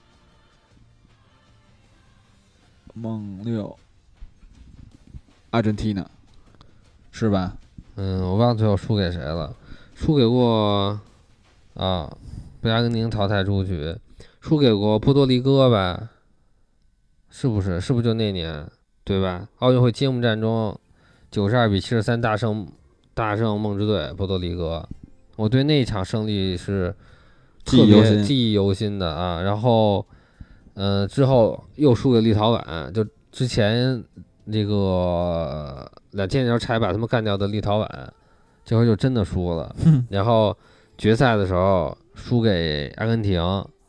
梦六，阿根廷呢，是吧？ 我忘了最后输给谁了，输给过。被阿根廷淘汰出局，输给过波多黎各吧？是不是就那年，对吧？奥运会揭幕战中，92-73大胜梦之队波多黎各。我对那场胜利是特别记忆犹新的啊。然后，之后又输给立陶宛，就之前这个2000年才把他们干掉的立陶宛，这回就真的输了。然后。决赛的时候输给阿根廷，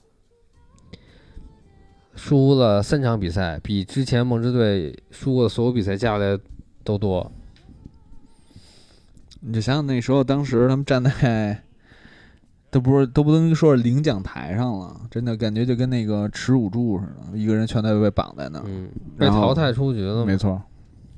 输了3场比赛，比之前梦之队输过的所有比赛加起来都多。 你就想想那时候，当时他们站在都不能说是领奖台上了，真的感觉就跟那个耻辱柱似的，一个人全都被绑在那儿， 被淘汰出局了。 没错。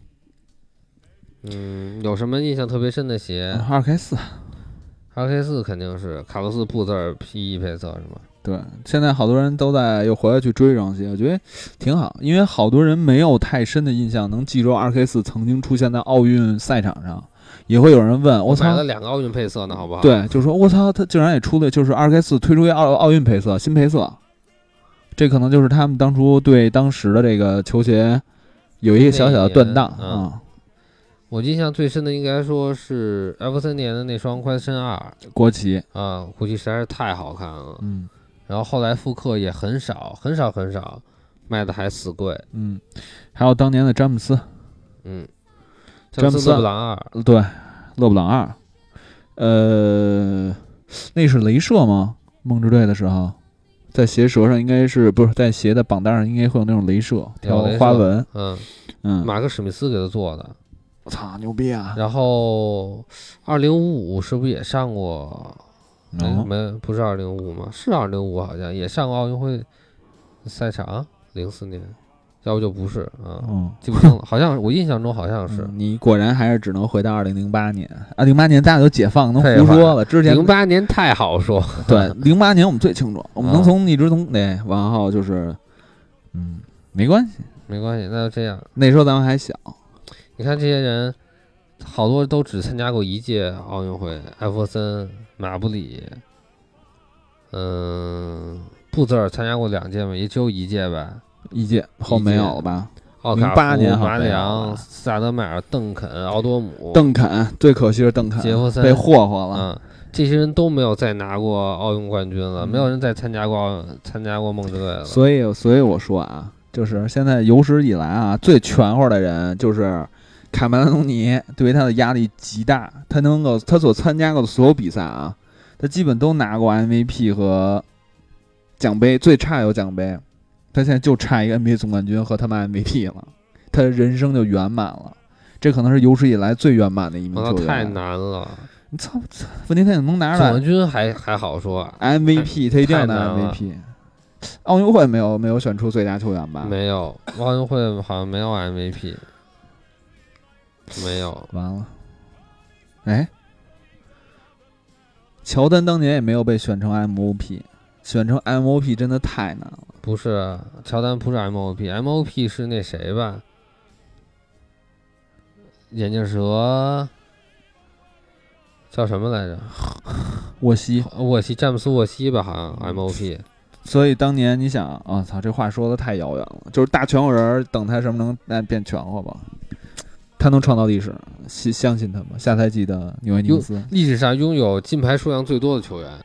有什么印象特别深的鞋？2K4 肯定是卡洛斯布字儿 P1配色是吗？ 对，现在好多人都在又回来去追这双鞋，我觉得挺好，因为好多人没有太深的印象能记住 2K4 曾经出现在奥运赛场上，也会有人问我操， 买了2个奥运配色呢，好不好？ 对，就说我操，他竟然也出了，就是 2K4 推出一奥运配色新配色，这可能就是他们当初对当时的这个球鞋有一个小小的断档啊。 我印象最深的应该说是 F3年的那双快身2 国旗国旗实在是太好看了。然后后来复刻也很少，卖的还死贵。 还有当年的詹姆斯， 詹姆斯勒布朗2， 对，勒布朗那是镭射吗？梦之队的时候，在鞋舌上应该是不是在鞋的绑带上应该会有那种镭射条花纹。 马克史密斯给他做的。 我操，牛逼啊！ 然后2055是不是也上过？没，不是2055吗？是2055，好像也上过奥运会赛场，04年。要不就不是啊，记不清了，好像我印象中好像是。 你果然还是只能回到2008年啊！08年大家都解放，能胡说了。之前 08年太好说， 对，08年我们最清楚，我们能一直从往后就是，没关系， 那就这样。 那时候咱们还小， 你看这些人，好多都只参加过一届奥运会，艾弗森、马布里，布泽尔参加过2届嘛，也只有1届呗。 1届后没有了吧？ 奥卡 08年马里昂、萨德迈尔、邓肯、奥多姆。 邓肯最可惜是邓肯， 杰弗森被霍霍了。 这些人都没有再拿过奥运冠军了，没有人再参加过梦之队了。 所以我说啊，就是现在有史以来啊最全乎的人就是卡梅拉农尼，对于他的压力极大，他所参加过的所有比赛啊，他基本都拿过 MVP 和奖杯，最差有奖杯。他现在就差一个 NBA 总冠军和他们 MVP 了，他人生就圆满了。这可能是有史以来最圆满的一名球员。 太难了！ 你操！问题他也能拿出来。 总冠军还好说 ，MVP 他一定要拿 MVP。奥运会没有选出最佳球员吧？ 没有，奥运会好像没有 MVP， 没有。 完了，乔丹当年也没有被选成 MVP。选成 MVP 真的太难了。 不是，乔丹不是 MVP 是那谁吧？眼镜蛇叫什么来着？ 沃西， 詹姆斯沃西吧，好像 MVP。 所以当年你想，操，这话说的太遥远了。就是大全乎人，等他什么能变全乎吧？他能创造历史，相信他吧。下赛季的纽约尼克斯， 历史上拥有金牌数量最多的球员。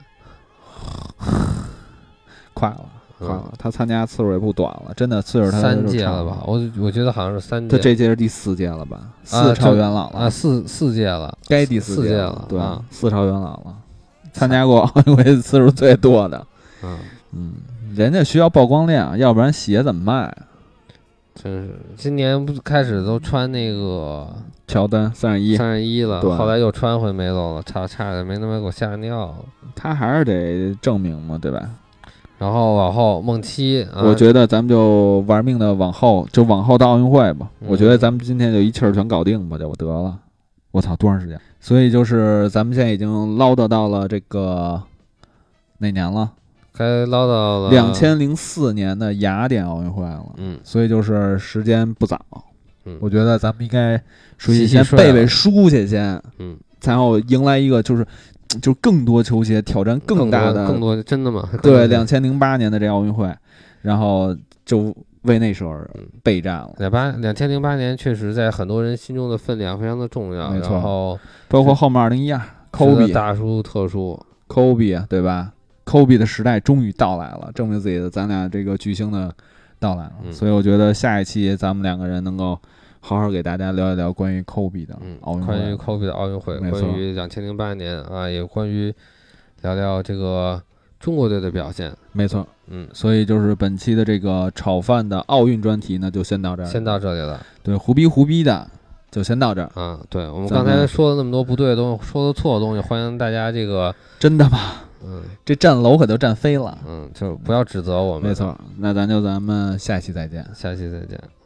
快了，他参加次数也不短了，真的次数他 3届了吧？我觉得好像是3届。 他这届是第4届了吧？4朝元老了啊，4届了， 该第4届了， 对，4朝元老了，参加过奥运会次数最多的。人家需要曝光量，要不然鞋怎么卖？ 真是，今年不开始都穿那个乔丹31 了，后来又穿回梅罗了，差点没他妈给我吓尿了。 他还是得证明嘛，对吧？ 然后往后梦七， 我觉得咱们就玩命的往后到奥运会吧。我觉得咱们今天就一气儿全搞定吧，就得了。我操，多长时间？所以就是咱们现在已经唠叨到了这个哪年了？ 该唠叨了 2004年的雅典奥运会了。所以就是时间不早。我觉得咱们应该属于先背书去先，才好迎来一个就是更多球鞋挑战更大的更多真的吗？ 对，2008年的这奥运会，然后就为那时候备战了。 2008年确实在很多人心中的分量非常的重要， 没错。 然后包括后面2012科比大殊特殊， 科比对吧？科比的时代终于到来了，证明自己的咱俩这个巨星的到来了。所以我觉得下一期咱们2个人能够好好给大家聊一聊关于科比的奥运会， 关于科比的奥运会，关于2008年啊，也关于聊聊这个中国队的表现。 没错，所以就是本期的这个炒饭的奥运专题呢，就先到这里了。 对，胡逼的就先到这儿啊。对，我们刚才说了那么多不对的东西，说的错的东西，欢迎大家这个真的吗？这站楼可都站飞了。 就不要指责我们。 没错，那咱们下期再见。 下期再见。